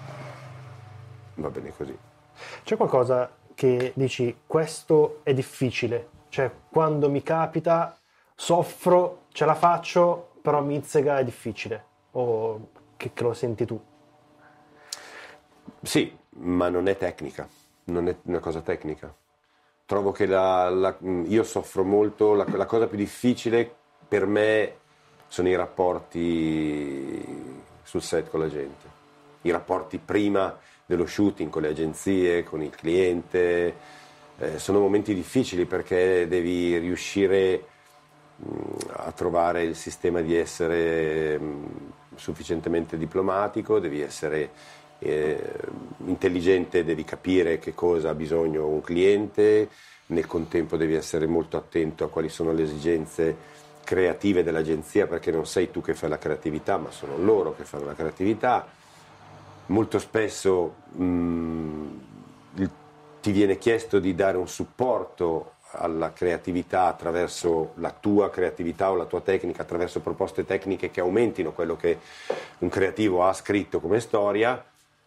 va bene così. C'è qualcosa che dici, questo è difficile, cioè quando mi capita soffro, ce la faccio, però Mizzega è difficile, o che, che lo senti tu? Sì, ma non è tecnica, non è una cosa tecnica. Trovo che la, la- io soffro molto, la, la cosa più difficile per me sono i rapporti sul set con la gente, i rapporti prima dello shooting con le agenzie, con il cliente. Eh, sono momenti difficili perché devi riuscire mh, a trovare il sistema di essere mh, sufficientemente diplomatico, devi essere eh, intelligente, devi capire che cosa ha bisogno un cliente, nel contempo devi essere molto attento a quali sono le esigenze creative dell'agenzia, perché non sei tu che fai la creatività, ma sono loro che fanno la creatività. Molto spesso mh, il- ti viene chiesto di dare un supporto alla creatività attraverso la tua creatività o la tua tecnica, attraverso proposte tecniche che aumentino quello che un creativo ha scritto come storia.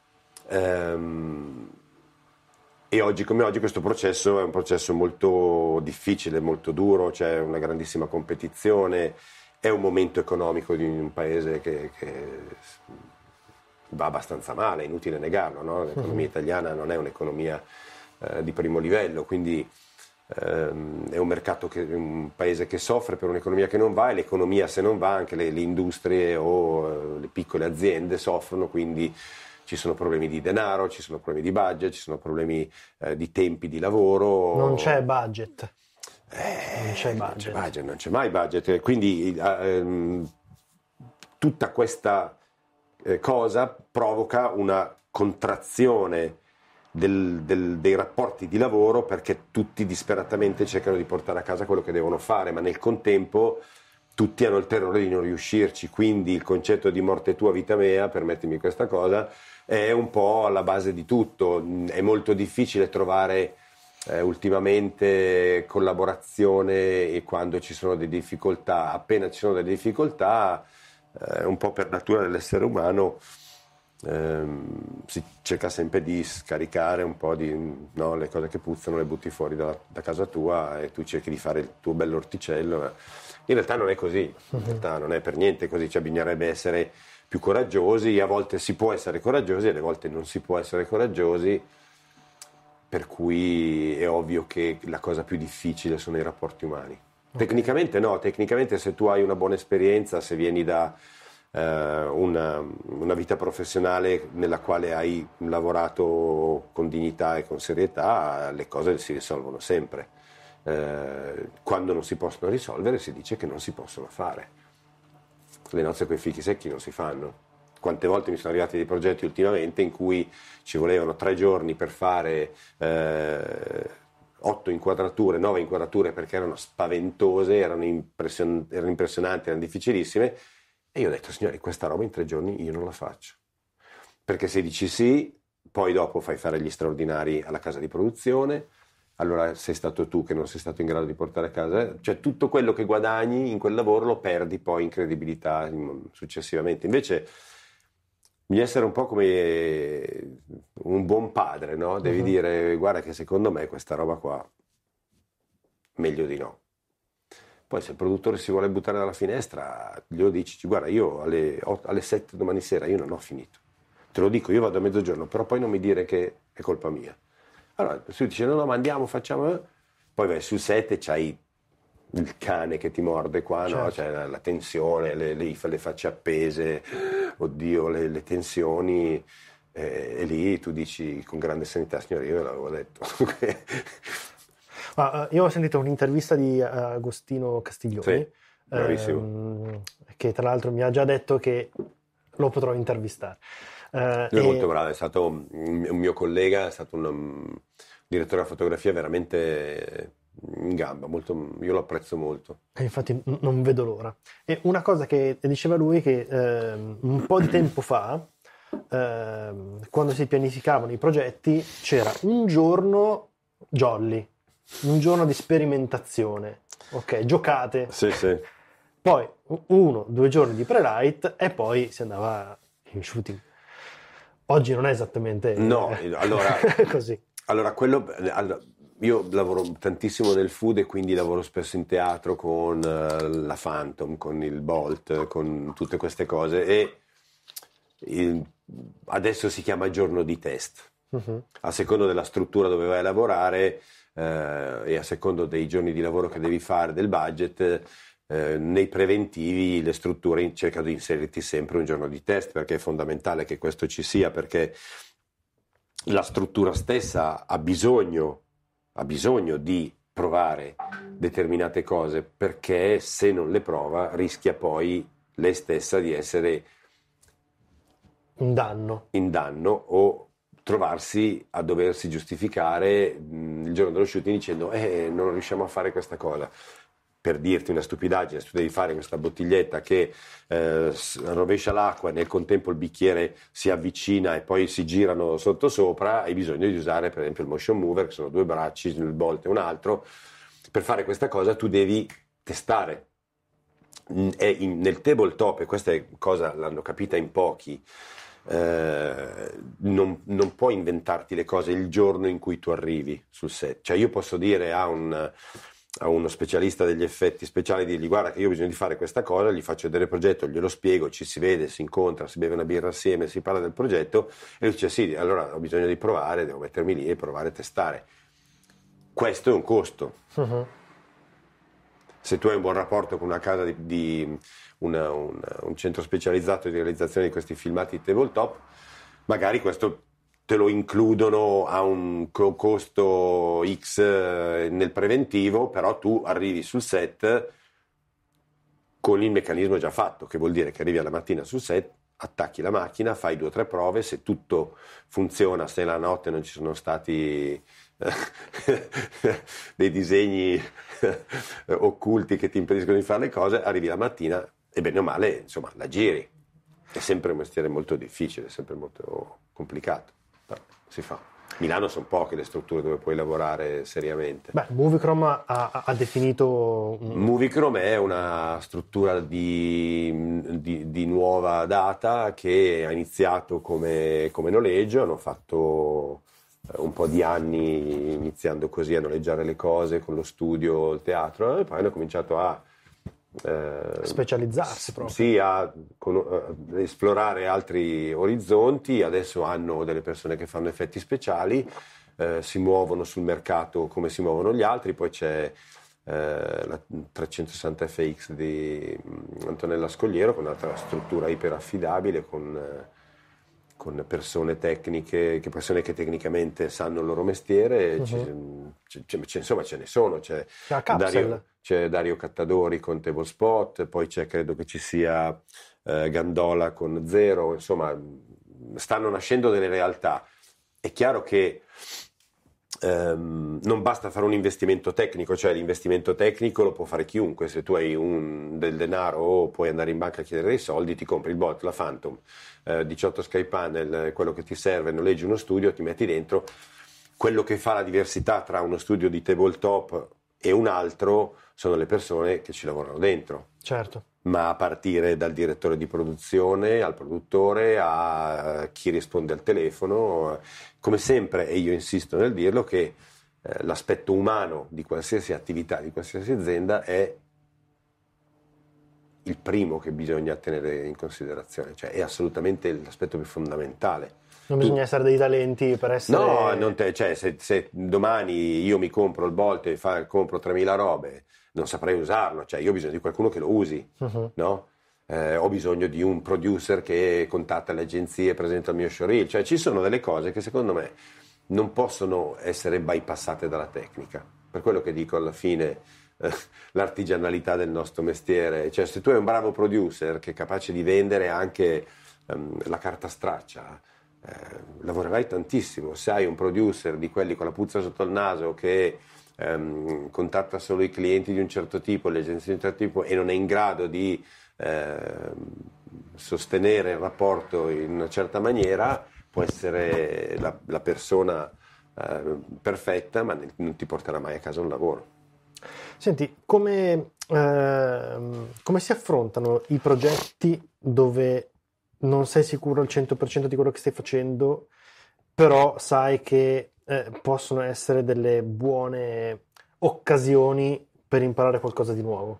Ehm, e oggi come oggi questo processo è un processo molto difficile, molto duro, c'è una grandissima competizione, è un momento economico di un paese che, che va abbastanza male, è inutile negarlo, no? L'economia italiana non è un'economia eh, di primo livello, quindi ehm, è un mercato, che, un paese che soffre per un'economia che non va, e l'economia se non va anche le, le industrie o eh, le piccole aziende soffrono, quindi ci sono problemi di denaro, ci sono problemi di budget, ci sono problemi eh, di tempi di lavoro. Non c'è budget. Eh, Non c'è non budget. c'è budget, non c'è mai budget. Quindi ehm, tutta questa eh, cosa provoca una contrazione del- del- dei rapporti di lavoro, perché tutti disperatamente cercano di portare a casa quello che devono fare, ma nel contempo tutti hanno il terrore di non riuscirci. Quindi il concetto di morte tua, vita mea, permettimi questa cosa, è un po' alla base di tutto. È molto difficile trovare eh, ultimamente collaborazione, e quando ci sono delle difficoltà, appena ci sono delle difficoltà, eh, un po' per natura dell'essere umano, ehm, si cerca sempre di scaricare un po' di, no, le cose che puzzano le butti fuori da, da casa tua e tu cerchi di fare il tuo bell'orticello. In realtà non è così, in realtà non è per niente così, cioè bisognerebbe essere più coraggiosi, a volte si può essere coraggiosi, alle volte non si può essere coraggiosi, per cui è ovvio che la cosa più difficile sono i rapporti umani. Okay. Tecnicamente no, tecnicamente se tu hai una buona esperienza, se vieni da eh, una, una vita professionale nella quale hai lavorato con dignità e con serietà, le cose si risolvono sempre. Eh, quando non si possono risolvere si dice che non si possono fare. Le nozze coi fichi secchi non si fanno. Quante volte mi sono arrivati dei progetti ultimamente in cui ci volevano tre giorni per fare eh, otto inquadrature, nove inquadrature, perché erano spaventose, erano, impression- erano impressionanti, erano difficilissime, e io ho detto: signori, questa roba in tre giorni io non la faccio, perché se dici sì, poi dopo fai fare gli straordinari alla casa di produzione, allora sei stato tu che non sei stato in grado di portare a casa, cioè tutto quello che guadagni in quel lavoro lo perdi poi in credibilità successivamente. Invece bisogna essere un po' come un buon padre, no? Devi uh-huh. dire: guarda che secondo me questa roba qua meglio di no. Poi se il produttore si vuole buttare dalla finestra, glielo dici: guarda, io alle, otto, alle sette domani sera io non ho finito, te lo dico, io vado a mezzogiorno, però poi non mi dire che è colpa mia. Allora si dice: no no, ma andiamo, facciamo, eh. Poi vai sul set e c'hai il cane che ti morde qua, certo. No? C'è la, la tensione, le, le, le facce appese, oddio, le, le tensioni, eh, e lì tu dici con grande serenità: signore, io ve l'avevo detto. Ah, io ho sentito un'intervista di Agostino Castiglioni, sì, bravissimo. ehm, che tra l'altro mi ha già detto che lo potrò intervistare. Eh, Lui è e... molto bravo, è stato un, un mio collega, è stato un, un direttore della fotografia veramente in gamba, molto, io lo apprezzo molto. E infatti n- non vedo l'ora. E una cosa che diceva lui, che eh, un po' di tempo fa, eh, quando si pianificavano i progetti, c'era un giorno jolly, un giorno di sperimentazione, ok, giocate, Sì, sì. poi uno, due giorni di pre-light e poi si andava in shooting. Oggi non è esattamente No, eh, allora, così. allora quello, allora, io lavoro tantissimo nel food e quindi lavoro spesso in teatro con eh, la Phantom, con il Bolt, con tutte queste cose e il- adesso si chiama giorno di test. Mhm. A secondo della struttura dove vai a lavorare eh, e a secondo dei giorni di lavoro che devi fare, del budget, eh, nei preventivi le strutture cercano di inserirti sempre un giorno di test perché è fondamentale che questo ci sia, perché la struttura stessa ha bisogno, ha bisogno di provare determinate cose, perché se non le prova rischia poi lei stessa di essere Un danno. in danno o trovarsi a doversi giustificare mh, il giorno dello shooting dicendo eh, non riusciamo a fare questa cosa. Per dirti una stupidaggine, se tu devi fare questa bottiglietta che eh, s- rovescia l'acqua e nel contempo il bicchiere si avvicina e poi si girano sotto sopra, hai bisogno di usare per esempio il motion mover, che sono due bracci, il bolt e un altro. Per fare questa cosa tu devi testare. Mm, è in- nel tabletop, e questa è cosa l'hanno capita in pochi, eh, non, non puoi inventarti le cose il giorno in cui tu arrivi sul set. Cioè io posso dire a un a uno specialista degli effetti speciali, dirgli guarda che io ho bisogno di fare questa cosa, gli faccio vedere il progetto, glielo spiego, ci si vede, si incontra, si beve una birra assieme, si parla del progetto e lui dice sì, allora ho bisogno di provare, devo mettermi lì e provare a testare. Questo è un costo. Mhm. Se tu hai un buon rapporto con una casa di, di una- una- un centro specializzato di realizzazione di questi filmati tabletop, magari questo te lo includono a un co- costo X eh, nel preventivo, però tu arrivi sul set con il meccanismo già fatto, che vuol dire che arrivi alla mattina sul set, attacchi la macchina, fai due o tre prove, se tutto funziona, se la notte non ci sono stati eh, dei disegni occulti che ti impediscono di fare le cose, arrivi la mattina e bene o male, insomma, la giri. È sempre un mestiere molto difficile, è sempre molto complicato. Però si fa. Milano sono poche le strutture dove puoi lavorare seriamente. Beh, Movichrome ha, ha- ha definito un- Movichrome è una struttura di, di- di nuova data che ha iniziato come, come noleggio, hanno fatto eh, un po' di anni iniziando così a noleggiare le cose con lo studio, il teatro, e poi hanno cominciato a eh, specializzarsi proprio. sì, a, con- a esplorare altri orizzonti. Adesso hanno delle persone che fanno effetti speciali, eh, si muovono sul mercato come si muovono gli altri, poi c'è eh, la trecentosessanta F X di mm, Antonella Scogliero con un'altra struttura iperaffidabile con, eh, con persone tecniche, che persone che tecnicamente sanno il loro mestiere. Mhm. C'è- c'è- c'è- insomma ce ne sono, c'è La Capsule. Dario, c'è Dario Cattadori con Table Spot, poi c'è, credo che ci sia eh, Gandola con Zero, insomma stanno nascendo delle realtà. È chiaro che ehm, non basta fare un investimento tecnico, cioè l'investimento tecnico lo può fare chiunque. Se tu hai un, del denaro o puoi andare in banca a chiedere dei soldi, ti compri il Bolt, la Phantom, eh, diciotto Sky Panel, quello che ti serve, noleggi uno studio, ti metti dentro. Quello che fa la diversità tra uno studio di tabletop e un altro sono le persone che ci lavorano dentro, Certo. ma a partire dal direttore di produzione al produttore a chi risponde al telefono, come sempre, e io insisto nel dirlo, che eh, l'aspetto umano di qualsiasi attività, di qualsiasi azienda è il primo che bisogna tenere in considerazione, cioè è assolutamente l'aspetto più fondamentale. Non Tu- bisogna essere dei talenti per essere... No, non te- cioè, se, se domani io mi compro il Bolt e fa- compro tremila robe, non saprei usarlo, cioè io ho bisogno di qualcuno che lo usi, Mhm. no? Eh, ho bisogno di un producer che contatta le agenzie e presenta il mio showreel, cioè ci sono delle cose che secondo me non possono essere bypassate dalla tecnica, per quello che dico alla fine eh, l'artigianalità del nostro mestiere, cioè se tu hai un bravo producer che è capace di vendere anche ehm, la carta straccia, eh, lavorerai tantissimo. Se hai un producer di quelli con la puzza sotto il naso che ehm, contatta solo i clienti di un certo tipo, le agenzie di un certo tipo, e non è in grado di ehm, sostenere il rapporto in una certa maniera, può essere la, la persona eh, perfetta, ma non ti porterà mai a casa un lavoro. Senti, come, ehm, come si affrontano i progetti dove non sei sicuro al cento per cento di quello che stai facendo, però sai che eh, possono essere delle buone occasioni per imparare qualcosa di nuovo?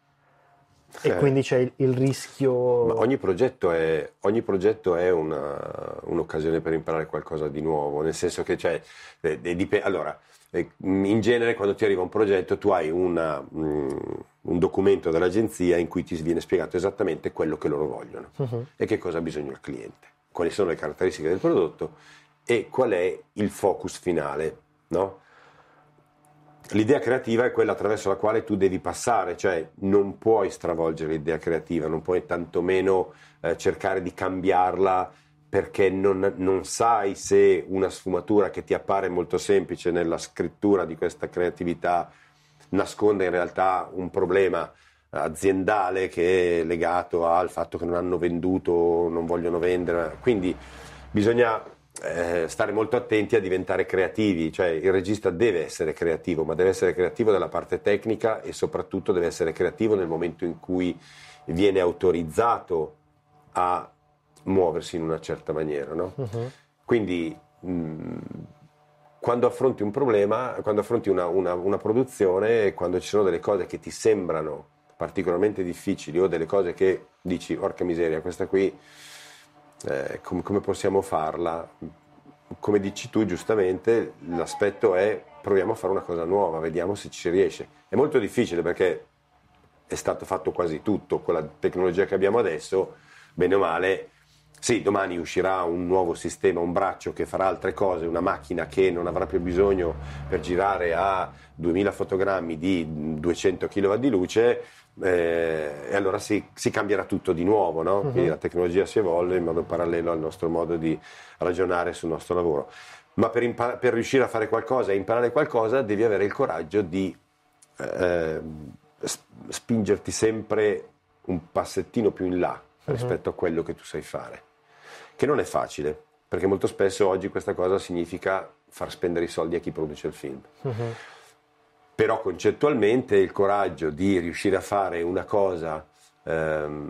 E Eh, quindi c'è il, il rischio... ma ogni progetto è, ogni progetto è una, un'occasione per imparare qualcosa di nuovo, nel senso che c'è, eh, dip- allora, eh, in genere quando ti arriva un progetto tu hai una, mm, un documento dell'agenzia in cui ti viene spiegato esattamente quello che loro vogliono Mhm. e che cosa ha bisogno il cliente, quali sono le caratteristiche del prodotto e qual è il focus finale, no? L'idea creativa è quella attraverso la quale tu devi passare, cioè non puoi stravolgere l'idea creativa, non puoi tantomeno eh, cercare di cambiarla perché non, non sai se una sfumatura che ti appare molto semplice nella scrittura di questa creatività nasconde in realtà un problema aziendale che è legato al fatto che non hanno venduto, non vogliono vendere, quindi bisogna eh, stare molto attenti a diventare creativi, cioè il regista deve essere creativo, ma deve essere creativo dalla parte tecnica e soprattutto deve essere creativo nel momento in cui viene autorizzato a muoversi in una certa maniera, no? Mhm. Quindi mh, quando affronti un problema, quando affronti una, una, una produzione, quando ci sono delle cose che ti sembrano particolarmente difficili o delle cose che dici, porca miseria, questa qui eh, com- come possiamo farla? Come dici tu giustamente, l'aspetto è proviamo a fare una cosa nuova, vediamo se ci riesce. È molto difficile perché è stato fatto quasi tutto con la tecnologia che abbiamo adesso, bene o male. Sì, domani uscirà un nuovo sistema, un braccio che farà altre cose, una macchina che non avrà più bisogno per girare a duemila fotogrammi di duecento chilowatt di luce, eh, e allora si, si cambierà tutto di nuovo, no? Mhm. Quindi la tecnologia si evolve in modo parallelo al nostro modo di ragionare sul nostro lavoro. Ma per, impar- per riuscire a fare qualcosa e imparare qualcosa devi avere il coraggio di eh, s- spingerti sempre un passettino più in là rispetto a quello che tu sai fare. Che non è facile, perché molto spesso oggi questa cosa significa far spendere i soldi a chi produce il film. Mhm. Però concettualmente il coraggio di riuscire a fare una cosa ehm,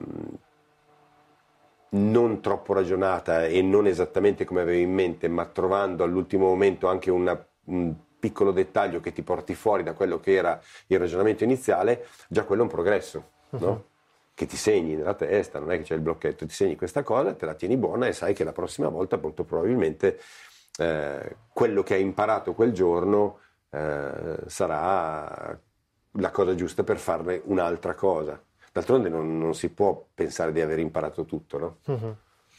non troppo ragionata e non esattamente come avevi in mente, ma trovando all'ultimo momento anche una, un piccolo dettaglio che ti porti fuori da quello che era il ragionamento iniziale, già quello è un progresso, no? Mhm. Che ti segni nella testa, non è che c'è il blocchetto, ti segni questa cosa, te la tieni buona e sai che la prossima volta molto probabilmente eh, quello che hai imparato quel giorno eh, sarà la cosa giusta per farne un'altra cosa. D'altronde non, non si può pensare di aver imparato tutto, no? Mhm.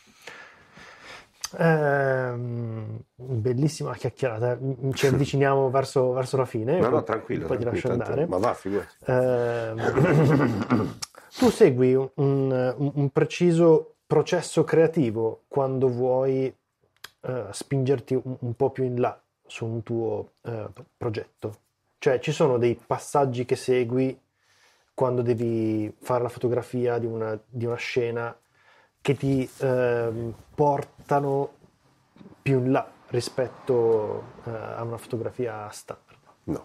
Ehm, bellissima chiacchierata. Ci avviciniamo verso, verso la fine, No, poi, no, tranquillo, poi ti tranquillo, lascio tanto- andare. ma va, figurati. Ehm, tu segui un, un- un preciso processo creativo quando vuoi eh, spingerti un, un po' più in là su un tuo eh, progetto. Cioè, ci sono dei passaggi che segui quando devi fare la fotografia di una, di una scena che ti ehm, portano più in là rispetto eh, a una fotografia standard. No.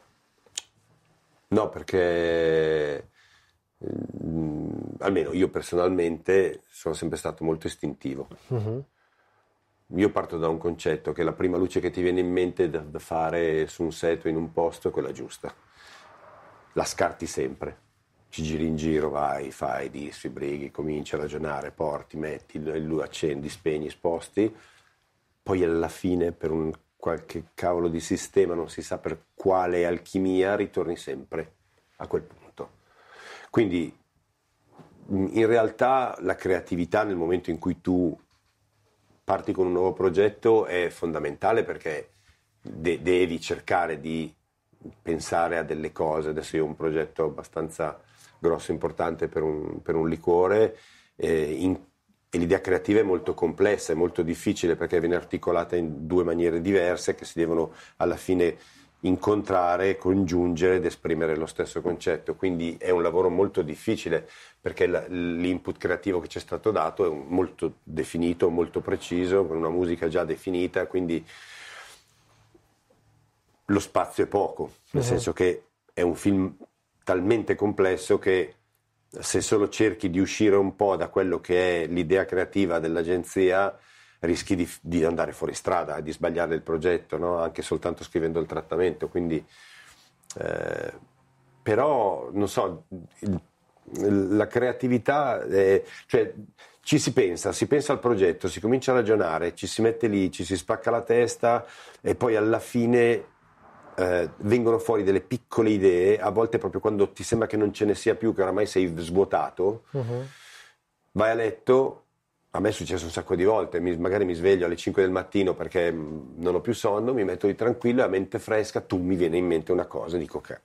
No, perché mm, almeno io personalmente sono sempre stato molto istintivo. Mhm. Io parto da un concetto che la prima luce che ti viene in mente da, da fare su un set o in un posto è quella giusta. La scarti sempre. Ci giri in giro, vai, fai, di, sfibrighi, cominci a ragionare, porti, metti, lo accendi, spegni, sposti. Poi alla fine, per un qualche cavolo di sistema, non si sa per quale alchimia, ritorni sempre a quel punto. Quindi in realtà la creatività nel momento in cui tu parti con un nuovo progetto è fondamentale perché de- devi cercare di pensare a delle cose. Adesso io ho un progetto abbastanza grosso e importante per un, per un liquore eh, in, e l'idea creativa è molto complessa, è molto difficile perché viene articolata in due maniere diverse che si devono alla fine incontrare, congiungere ed esprimere lo stesso concetto, quindi è un lavoro molto difficile perché la, l'input creativo che ci è stato dato è molto definito, molto preciso, con una musica già definita, quindi lo spazio è poco, nel Mhm. senso che è un film talmente complesso che se solo cerchi di uscire un po' da quello che è l'idea creativa dell'agenzia, rischi di, di andare fuori strada, di sbagliare il progetto, no? Anche soltanto scrivendo il trattamento. Quindi, eh, però, non so, il- la creatività, è- cioè ci si pensa, si pensa al progetto, si comincia a ragionare, ci si mette lì, ci si spacca la testa e poi alla fine eh, vengono fuori delle piccole idee, a volte proprio quando ti sembra che non ce ne sia più, che oramai sei svuotato, Mhm. vai a letto. A me è successo un sacco di volte, mi- magari mi sveglio alle cinque del mattino perché mh, non ho più sonno, mi metto lì tranquillo e a mente fresca, tu mi viene in mente una cosa, dico che...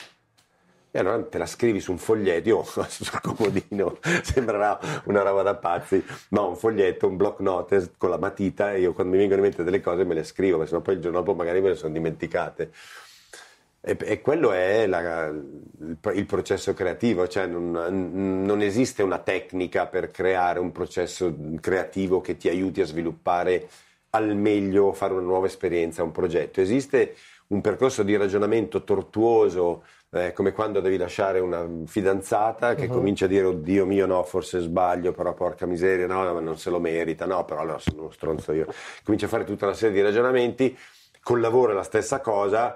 E allora te la scrivi su un foglietto, io sul comodino, sembrerà una roba da pazzi, ma un foglietto, un block notes con la matita e io quando mi vengono in mente delle cose me le scrivo, perché sennò poi il giorno dopo magari me le sono dimenticate. E, e quello è la- il, il processo creativo, cioè non, non esiste una tecnica per creare un processo creativo che ti aiuti a sviluppare al meglio, fare una nuova esperienza, un progetto. Esiste un percorso di ragionamento tortuoso, eh, come quando devi lasciare una fidanzata che Mhm. comincia a dire oddio mio no, forse sbaglio, però porca miseria, no, ma non se lo merita, no, però allora sono uno stronzo io. Comincia a fare tutta una serie di ragionamenti, col lavoro è la stessa cosa.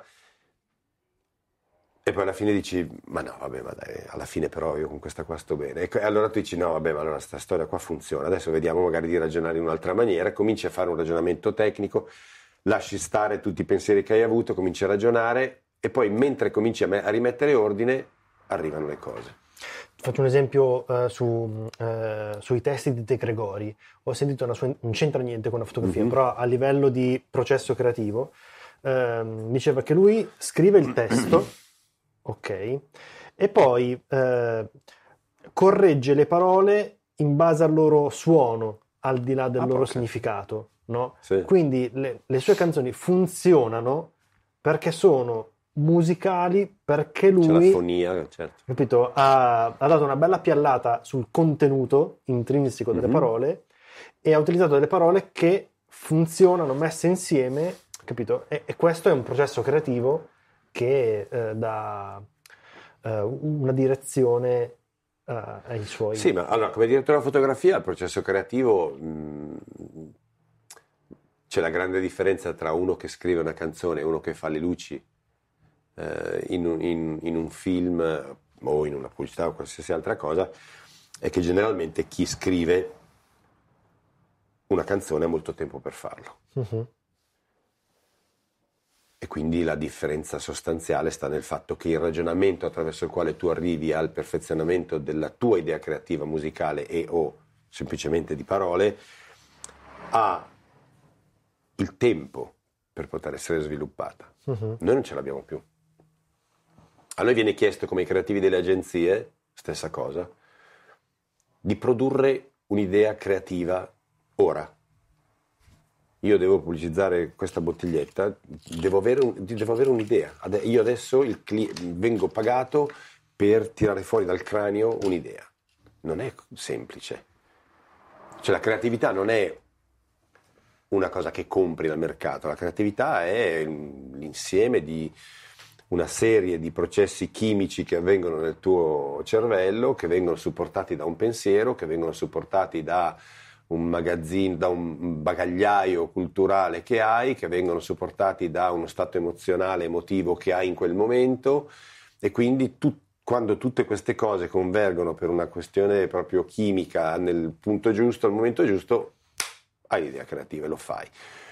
E poi alla fine dici, ma no, vabbè, ma dai, alla fine però io con questa qua sto bene. E allora tu dici, no, vabbè, ma allora sta storia qua funziona. Adesso vediamo magari di ragionare in un'altra maniera. Cominci a fare un ragionamento tecnico, lasci stare tutti i pensieri che hai avuto, cominci a ragionare e poi mentre cominci a, me- a rimettere ordine, arrivano le cose. Faccio un esempio eh, su, eh, sui testi di De Gregori. Ho sentito una sua, non c'entra niente con la fotografia, Mhm. però a livello di processo creativo, ehm, diceva che lui scrive il testo, ok, e poi eh, corregge le parole in base al loro suono, al di là del Ah, loro porca. significato, no? Sì. Quindi le, le sue canzoni funzionano perché sono musicali, perché C'è la lui fonia, certo. capito? Ha, ha dato una bella piallata sul contenuto intrinseco delle Mhm. parole e ha utilizzato delle parole che funzionano messe insieme, capito? E, e questo è un processo creativo che eh, dà eh, una direzione eh, ai suoi... Sì, ma allora, come direttore della fotografia, il processo creativo mh, c'è la grande differenza tra uno che scrive una canzone e uno che fa le luci eh, in, un, in- in un film eh, o in una pubblicità o qualsiasi altra cosa, è che generalmente chi scrive una canzone ha molto tempo per farlo. Mhm. E quindi la differenza sostanziale sta nel fatto che il ragionamento attraverso il quale tu arrivi al perfezionamento della tua idea creativa musicale e o semplicemente di parole ha il tempo per poter essere sviluppata. Mhm. Noi non ce l'abbiamo più. A noi viene chiesto come i creativi delle agenzie, stessa cosa, di produrre un'idea creativa ora. Io devo pubblicizzare questa bottiglietta, devo avere, un- devo avere un'idea. Ade- Io adesso il cli- vengo pagato per tirare fuori dal cranio un'idea. Non è semplice. Cioè la creatività non è una cosa che compri dal mercato, la creatività è l'insieme di una serie di processi chimici che avvengono nel tuo cervello, che vengono supportati da un pensiero, che vengono supportati da un magazzino, da un bagagliaio culturale che hai, che vengono supportati da uno stato emozionale, emotivo che hai in quel momento, e quindi tu, quando tutte queste cose convergono per una questione proprio chimica nel punto giusto, al momento giusto, hai l'idea creativa e lo fai.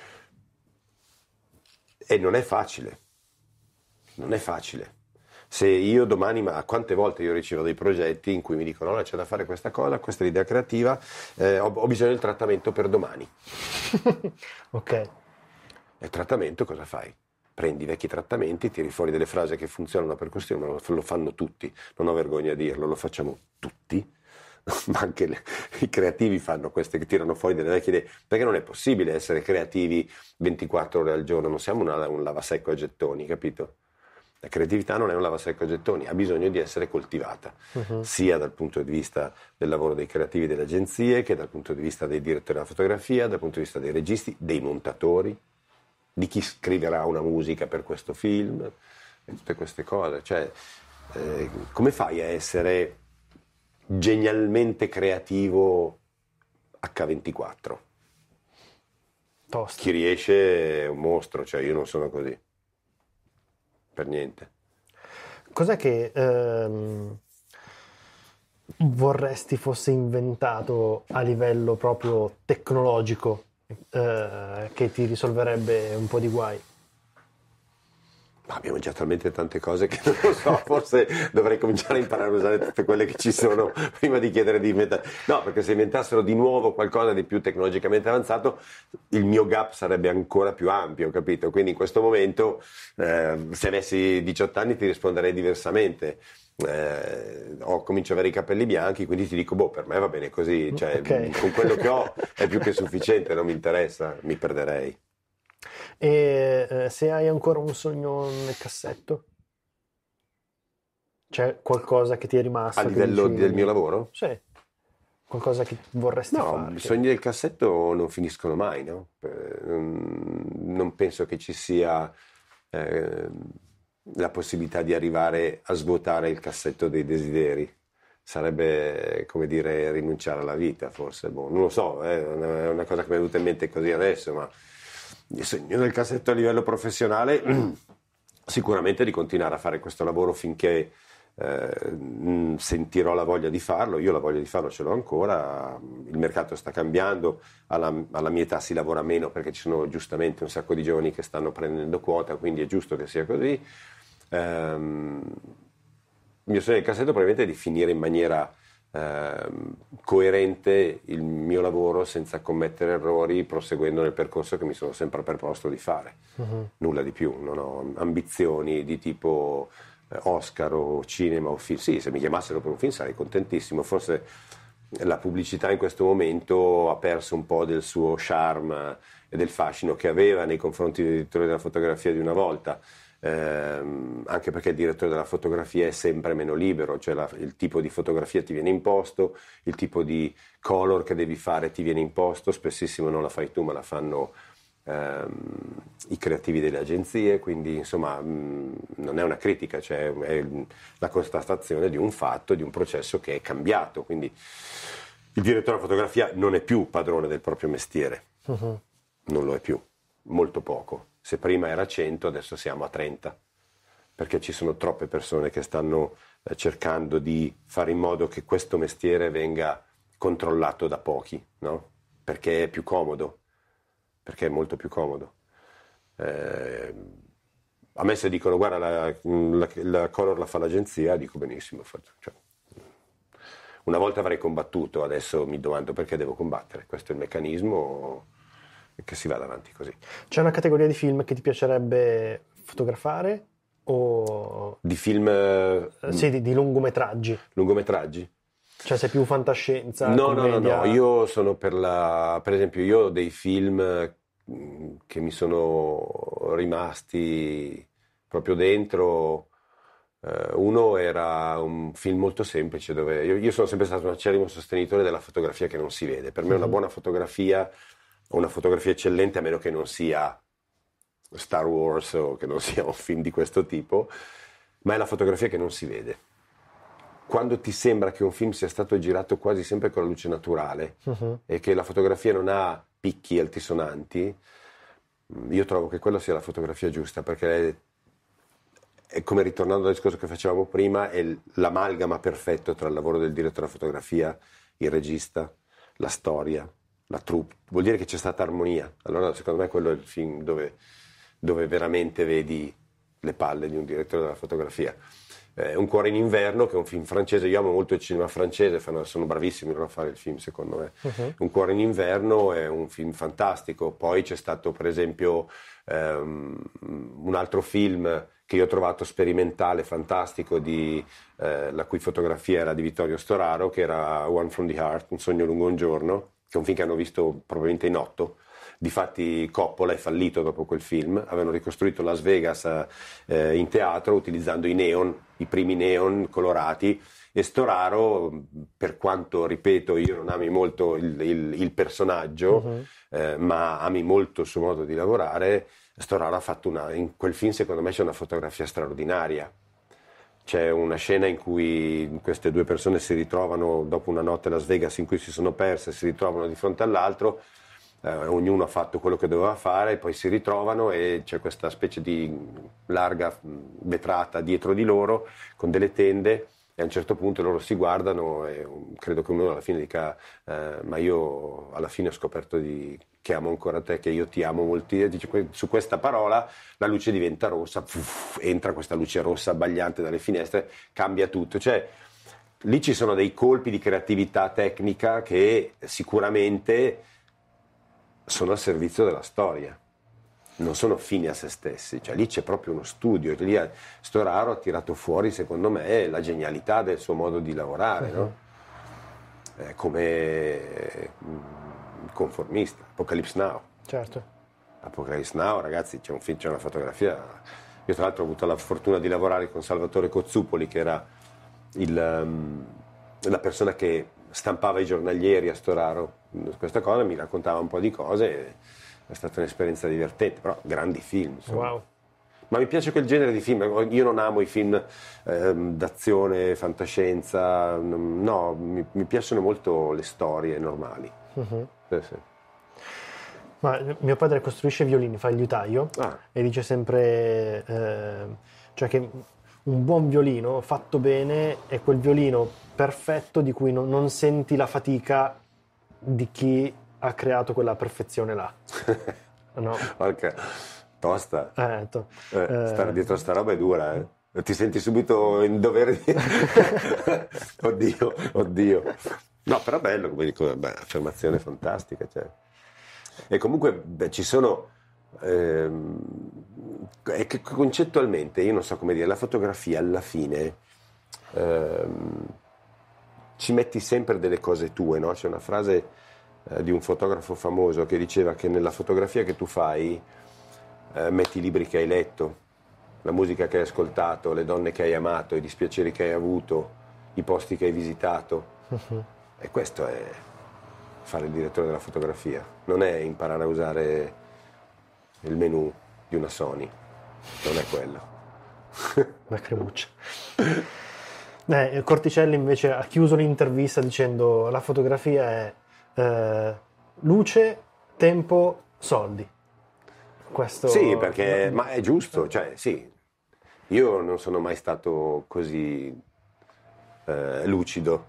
E non è facile, non è facile. Se io domani, ma quante volte io ricevo dei progetti in cui mi dicono no, c'è da fare questa cosa, questa è l'idea creativa, eh, ho, ho bisogno del trattamento per domani. Ok. E il trattamento cosa fai? Prendi i vecchi trattamenti, tiri fuori delle frasi che funzionano per questione, ma lo, lo fanno tutti, non ho vergogna a dirlo, lo facciamo tutti, ma anche le, i creativi fanno queste, che tirano fuori delle vecchie idee, perché non è possibile essere creativi ventiquattro ore al giorno, non siamo una, un lavasecco a gettoni, capito? La creatività non è un lavasecco a gettoni, ha bisogno di essere coltivata, Mhm. sia dal punto di vista del lavoro dei creativi delle agenzie, che dal punto di vista dei direttori della fotografia, dal punto di vista dei registi, dei montatori. di chi scriverà una musica per questo film, e tutte queste cose. Cioè, eh, come fai a essere genialmente creativo acca ventiquattro? Tosto. Chi riesce è un mostro, cioè io non sono così. Per niente. Cos'è che ehm, vorresti fosse inventato a livello proprio tecnologico eh, che ti risolverebbe un po' di guai? Ma abbiamo già talmente tante cose che non lo so, forse dovrei cominciare a imparare a usare tutte quelle che ci sono prima di chiedere di inventare. No, perché se inventassero di nuovo qualcosa di più tecnologicamente avanzato, il mio gap sarebbe ancora più ampio, capito? Quindi in questo momento, eh, se avessi diciotto anni ti risponderei diversamente. Eh, ho, comincio ad avere i capelli bianchi, quindi ti dico, boh, per me va bene così, cioè, Okay. con quello che ho è più che sufficiente, non mi interessa, mi perderei. E eh, se hai ancora un sogno nel cassetto? C'è qualcosa che ti è rimasto? A che livello dici- del mio lavoro? Sì, qualcosa che vorresti No, fare. i che- sogni del cassetto non finiscono mai, no? Eh, Non non penso che ci sia eh, la possibilità di arrivare a svuotare il cassetto dei desideri. Sarebbe, come dire, rinunciare alla vita, forse. Boh, non lo so, eh, è una è una cosa che mi è venuta in mente così adesso, ma il sogno del cassetto a livello professionale sicuramente di continuare a fare questo lavoro finché eh, mh, sentirò la voglia di farlo. Io la voglia di farlo ce l'ho ancora, il mercato sta cambiando, alla, alla mia età si lavora meno perché ci sono giustamente un sacco di giovani che stanno prendendo quota, quindi è giusto che sia così. Ehm, il mio sogno del cassetto probabilmente è di finire in maniera ehm, coerente il mio lavoro senza commettere errori, proseguendo nel percorso che mi sono sempre preposto di fare. Mhm. Nulla di più, non ho ambizioni di tipo eh, Oscar o cinema o film. Sì, se mi chiamassero per un film sarei contentissimo. Forse la pubblicità in questo momento ha perso un po' del suo charme e del fascino che aveva nei confronti dei direttori della fotografia di una volta. Ehm, anche perché il direttore della fotografia è sempre meno libero, cioè la- il tipo di fotografia ti viene imposto, il tipo di color che devi fare ti viene imposto, spessissimo non la fai tu ma la fanno ehm, i creativi delle agenzie, quindi insomma mh, non è una critica, cioè è la constatazione di un fatto, di un processo che è cambiato, quindi il direttore della fotografia non è più padrone del proprio mestiere, Mhm. non lo è più, molto poco. Se prima era cento, adesso siamo a trenta, perché ci sono troppe persone che stanno eh, cercando di fare in modo che questo mestiere venga controllato da pochi, no? Perché è più comodo, perché è molto più comodo. Eh, a me se dicono guarda la, la, la color la fa l'agenzia, dico benissimo, faccio, cioè, una volta avrei combattuto, adesso mi domando perché devo combattere, questo è il meccanismo che si vada avanti così. C'è una categoria di film che ti piacerebbe fotografare o Di film eh, eh, sì, di, di lungometraggi? lungometraggi? Cioè sei più fantascienza, No, no, no, commedia? no, io sono per la, per esempio io ho dei film mh, che mi sono rimasti proprio dentro. Eh, uno era un film molto semplice dove io, io sono sempre stato un acerrimo sostenitore della fotografia che non si vede. Per me una Mhm. buona fotografia, una fotografia eccellente, a meno che non sia Star Wars o che non sia un film di questo tipo, ma è la fotografia che non si vede. Quando ti sembra che un film sia stato girato quasi sempre con la luce naturale Mhm. e che la fotografia non ha picchi altisonanti, io trovo che quella sia la fotografia giusta, perché è, è come ritornando al discorso che facevamo prima, è l'amalgama perfetto tra il lavoro del direttore della fotografia, il regista, la storia, la troupe. Vuol dire che c'è stata armonia. Allora secondo me quello è il film dove, dove veramente vedi le palle di un direttore della fotografia. Eh, Un cuore in inverno, che è un film francese, io amo molto il cinema francese, fanno- sono bravissimi loro a fare il film secondo me. Mhm. Un cuore in inverno è un film fantastico. Poi c'è stato per esempio ehm, un altro film che io ho trovato sperimentale, fantastico, di, eh, la cui fotografia era di Vittorio Storaro, che era One from the Heart, Un sogno lungo un giorno, che è un film che hanno visto probabilmente in otto. Difatti Coppola è fallito dopo quel film, avevano ricostruito Las Vegas eh, in teatro utilizzando i neon, i primi neon colorati, e Storaro, per quanto, ripeto, io non ami molto il, il- il personaggio, Mhm. eh, ma ami molto il suo modo di lavorare, Storaro ha fatto una, in quel film secondo me c'è una fotografia straordinaria. C'è una scena in cui queste due persone si ritrovano dopo una notte a Las Vegas in cui si sono perse, si ritrovano di fronte all'altro, eh, ognuno ha fatto quello che doveva fare, poi si ritrovano e c'è questa specie di larga vetrata dietro di loro con delle tende e a un certo punto loro si guardano e credo che uno alla fine dica eh, ma io alla fine ho scoperto di... che amo ancora te, che io ti amo molto, e dice, su questa parola la luce diventa rossa, puff, entra questa luce rossa abbagliante dalle finestre, cambia tutto, cioè lì ci sono dei colpi di creatività tecnica che sicuramente sono al servizio della storia, non sono fini a se stessi, cioè lì c'è proprio uno studio, lì Storaro ha tirato fuori secondo me la genialità del suo modo di lavorare, uh-huh. no? eh, come conformista, Apocalypse Now. Certo. Apocalypse Now, ragazzi, c'è un film, c'è una fotografia. Io tra l'altro ho avuto la fortuna di lavorare con Salvatore Cozzupoli, che era il, um, la persona che stampava i giornalieri a Storaro. Questa cosa mi raccontava un po' di cose, è stata un'esperienza divertente, però grandi film. Insomma. Wow. Ma mi piace quel genere di film, io non amo i film eh, d'azione, fantascienza, no, mi, mi piacciono molto le storie normali. Uh-huh. Sì, sì. Ma mio padre costruisce violini, fa il liutaio ah. e dice sempre eh, cioè che un buon violino fatto bene è quel violino perfetto di cui non, non senti la fatica di chi ha creato quella perfezione là. No? Okay. Tosta. Eh, to- eh, eh, stare dietro a sta roba è dura, eh. Ti senti subito in dovere di... oddio, oddio. No, però bello, come dico, beh, affermazione fantastica. Cioè. E comunque beh, ci sono... Ehm, è che concettualmente, io non so come dire, la fotografia alla fine ehm, ci metti sempre delle cose tue, no? C'è una frase eh, di un fotografo famoso che diceva che nella fotografia che tu fai eh, metti i libri che hai letto, la musica che hai ascoltato, le donne che hai amato, i dispiaceri che hai avuto, i posti che hai visitato. Uh-huh. E questo è fare il direttore della fotografia, non è imparare a usare il menu di una Sony, non è quello. Una cremuccia. Eh, Corticelli invece ha chiuso l'intervista dicendo la fotografia è eh, luce, tempo, soldi. Questo... Sì, perché ma è giusto, cioè sì, io non sono mai stato così eh, lucido.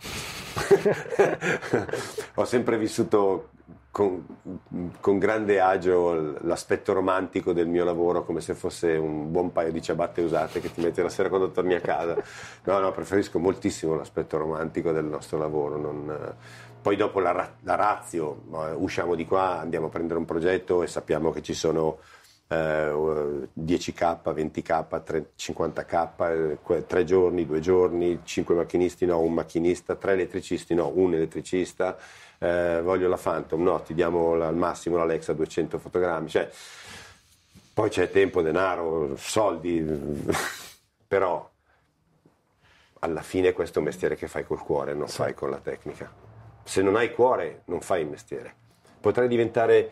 Ho sempre vissuto con, con grande agio l'aspetto romantico del mio lavoro, come se fosse un buon paio di ciabatte usate che ti metti la sera quando torni a casa. No, no, preferisco moltissimo l'aspetto romantico del nostro lavoro. Non... Poi dopo la, la ratio, usciamo di qua, andiamo a prendere un progetto e sappiamo che ci sono eh, dieci K, venti K, cinquanta K, eh, tre giorni, due giorni, cinque macchinisti, no, un macchinista, tre elettricisti, no, un elettricista, eh, voglio la Phantom, no, ti diamo la, al massimo l'Alexa duecento fotogrammi, cioè, poi c'è tempo, denaro, soldi, però alla fine questo è un mestiere che fai col cuore, non sì. fai con la tecnica. Se non hai cuore non fai il mestiere. Potrai diventare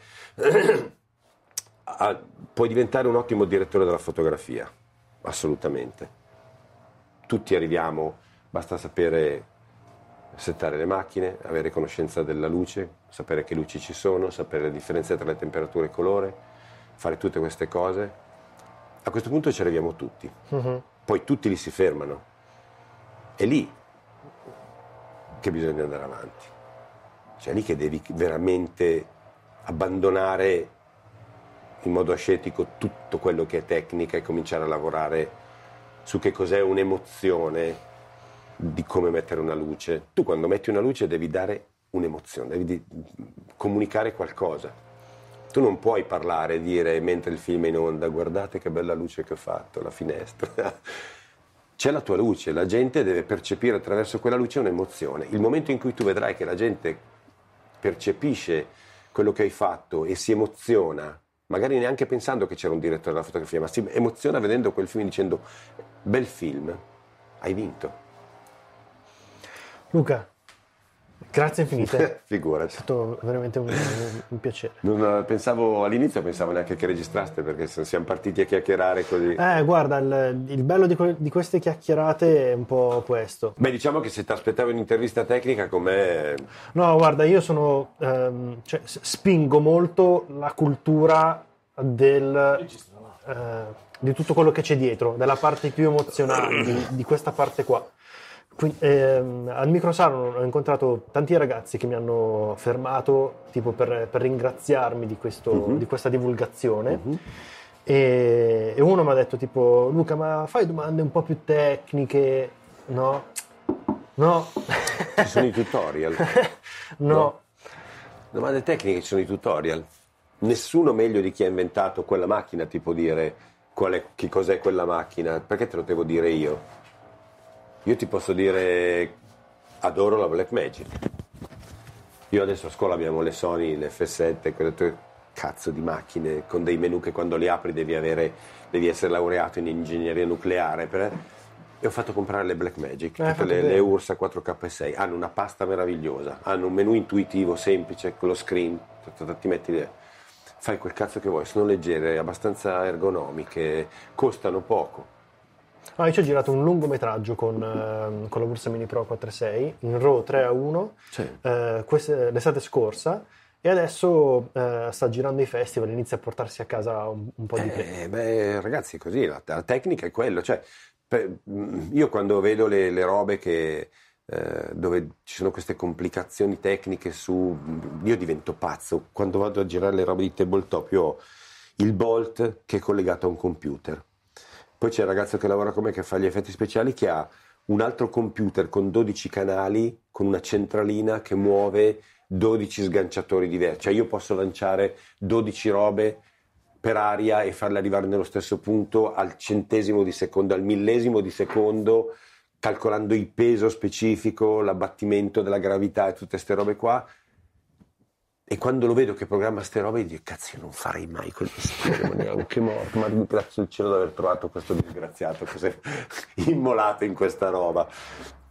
puoi diventare un ottimo direttore della fotografia, assolutamente. Tutti arriviamo, basta sapere settare le macchine, avere conoscenza della luce, sapere che luci ci sono, sapere la differenza tra le temperature e il colore, fare tutte queste cose. A questo punto ci arriviamo tutti. Uh-huh. Poi tutti li si fermano. È lì che bisogna andare avanti. Cioè è lì che devi veramente abbandonare in modo ascetico tutto quello che è tecnica e cominciare a lavorare su che cos'è un'emozione di come mettere una luce. Tu quando metti una luce devi dare un'emozione, devi di- comunicare qualcosa. Tu non puoi parlare e dire mentre il film è in onda guardate che bella luce che ho fatto, la finestra. C'è la tua luce, la gente deve percepire attraverso quella luce un'emozione. Il momento in cui tu vedrai che la gente percepisce quello che hai fatto e si emoziona, magari neanche pensando che c'era un direttore della fotografia, ma si emoziona vedendo quel film dicendo bel film, hai vinto. Luca, Grazie infinite. Figurati. È stato veramente un, un, un piacere. Non pensavo, all'inizio pensavo neanche che registraste, perché siamo partiti a chiacchierare così. Eh, guarda, il, il bello di, que- di queste chiacchierate è un po' questo. Beh, diciamo che se ti aspettavi un'intervista tecnica con me... No, guarda, io sono, ehm, cioè, s- spingo molto la cultura del, eh, di tutto quello che c'è dietro, della parte più emozionale, di, di questa parte qua. Quindi, ehm, al Microsalon ho incontrato tanti ragazzi che mi hanno fermato tipo per, per ringraziarmi di, questo, Mhm. di questa divulgazione. Mhm. E, e uno mi ha detto tipo: Luca, ma fai domande un po' più tecniche? No, no, Ci sono i tutorial. no. No. Domande tecniche, ci sono i tutorial. Nessuno meglio di chi ha inventato quella macchina ti può dire qual è, che cos'è quella macchina, perché te lo devo dire io? Io ti posso dire adoro la Blackmagic. Io adesso a scuola abbiamo le Sony, le F sette, quelle tue cazzo di macchine con dei menu che quando li apri devi avere, devi essere laureato in ingegneria nucleare. Per... E ho fatto comprare le Blackmagic, Eh, tutte le, fatto le bene. Ursa quattro K sei. Hanno una pasta meravigliosa, hanno un menu intuitivo, semplice, con lo screen. Ti metti lì, fai quel cazzo che vuoi, sono leggere, abbastanza ergonomiche, costano poco. Ah, io ci ho girato un lungometraggio con, ehm, con la Ursa Mini Pro quattro sei in RAW tre a uno Sì. eh, queste- l'estate scorsa, e adesso eh, sta girando i festival, inizia a portarsi a casa un, un po' di premi. Eh, beh, ragazzi, così la, la tecnica è quello. Cioè, per- io quando vedo le, le robe che, eh, dove ci sono queste complicazioni tecniche su, io divento pazzo. Quando vado a girare le robe di tabletop, io ho il Bolt che è collegato a un computer. Poi c'è il ragazzo che lavora con me che fa gli effetti speciali, che ha un altro computer con dodici canali, con una centralina che muove dodici sganciatori diversi. Cioè io posso lanciare dodici robe per aria e farle arrivare nello stesso punto al centesimo di secondo, al millesimo di secondo, calcolando il peso specifico, l'abbattimento della gravità e tutte queste robe qua. E quando lo vedo che programma ste robe, dico cazzo, io non farei mai quel mestiere, ma neanche morto, ma grazie al cielo di aver trovato questo disgraziato che si è immolato in questa roba.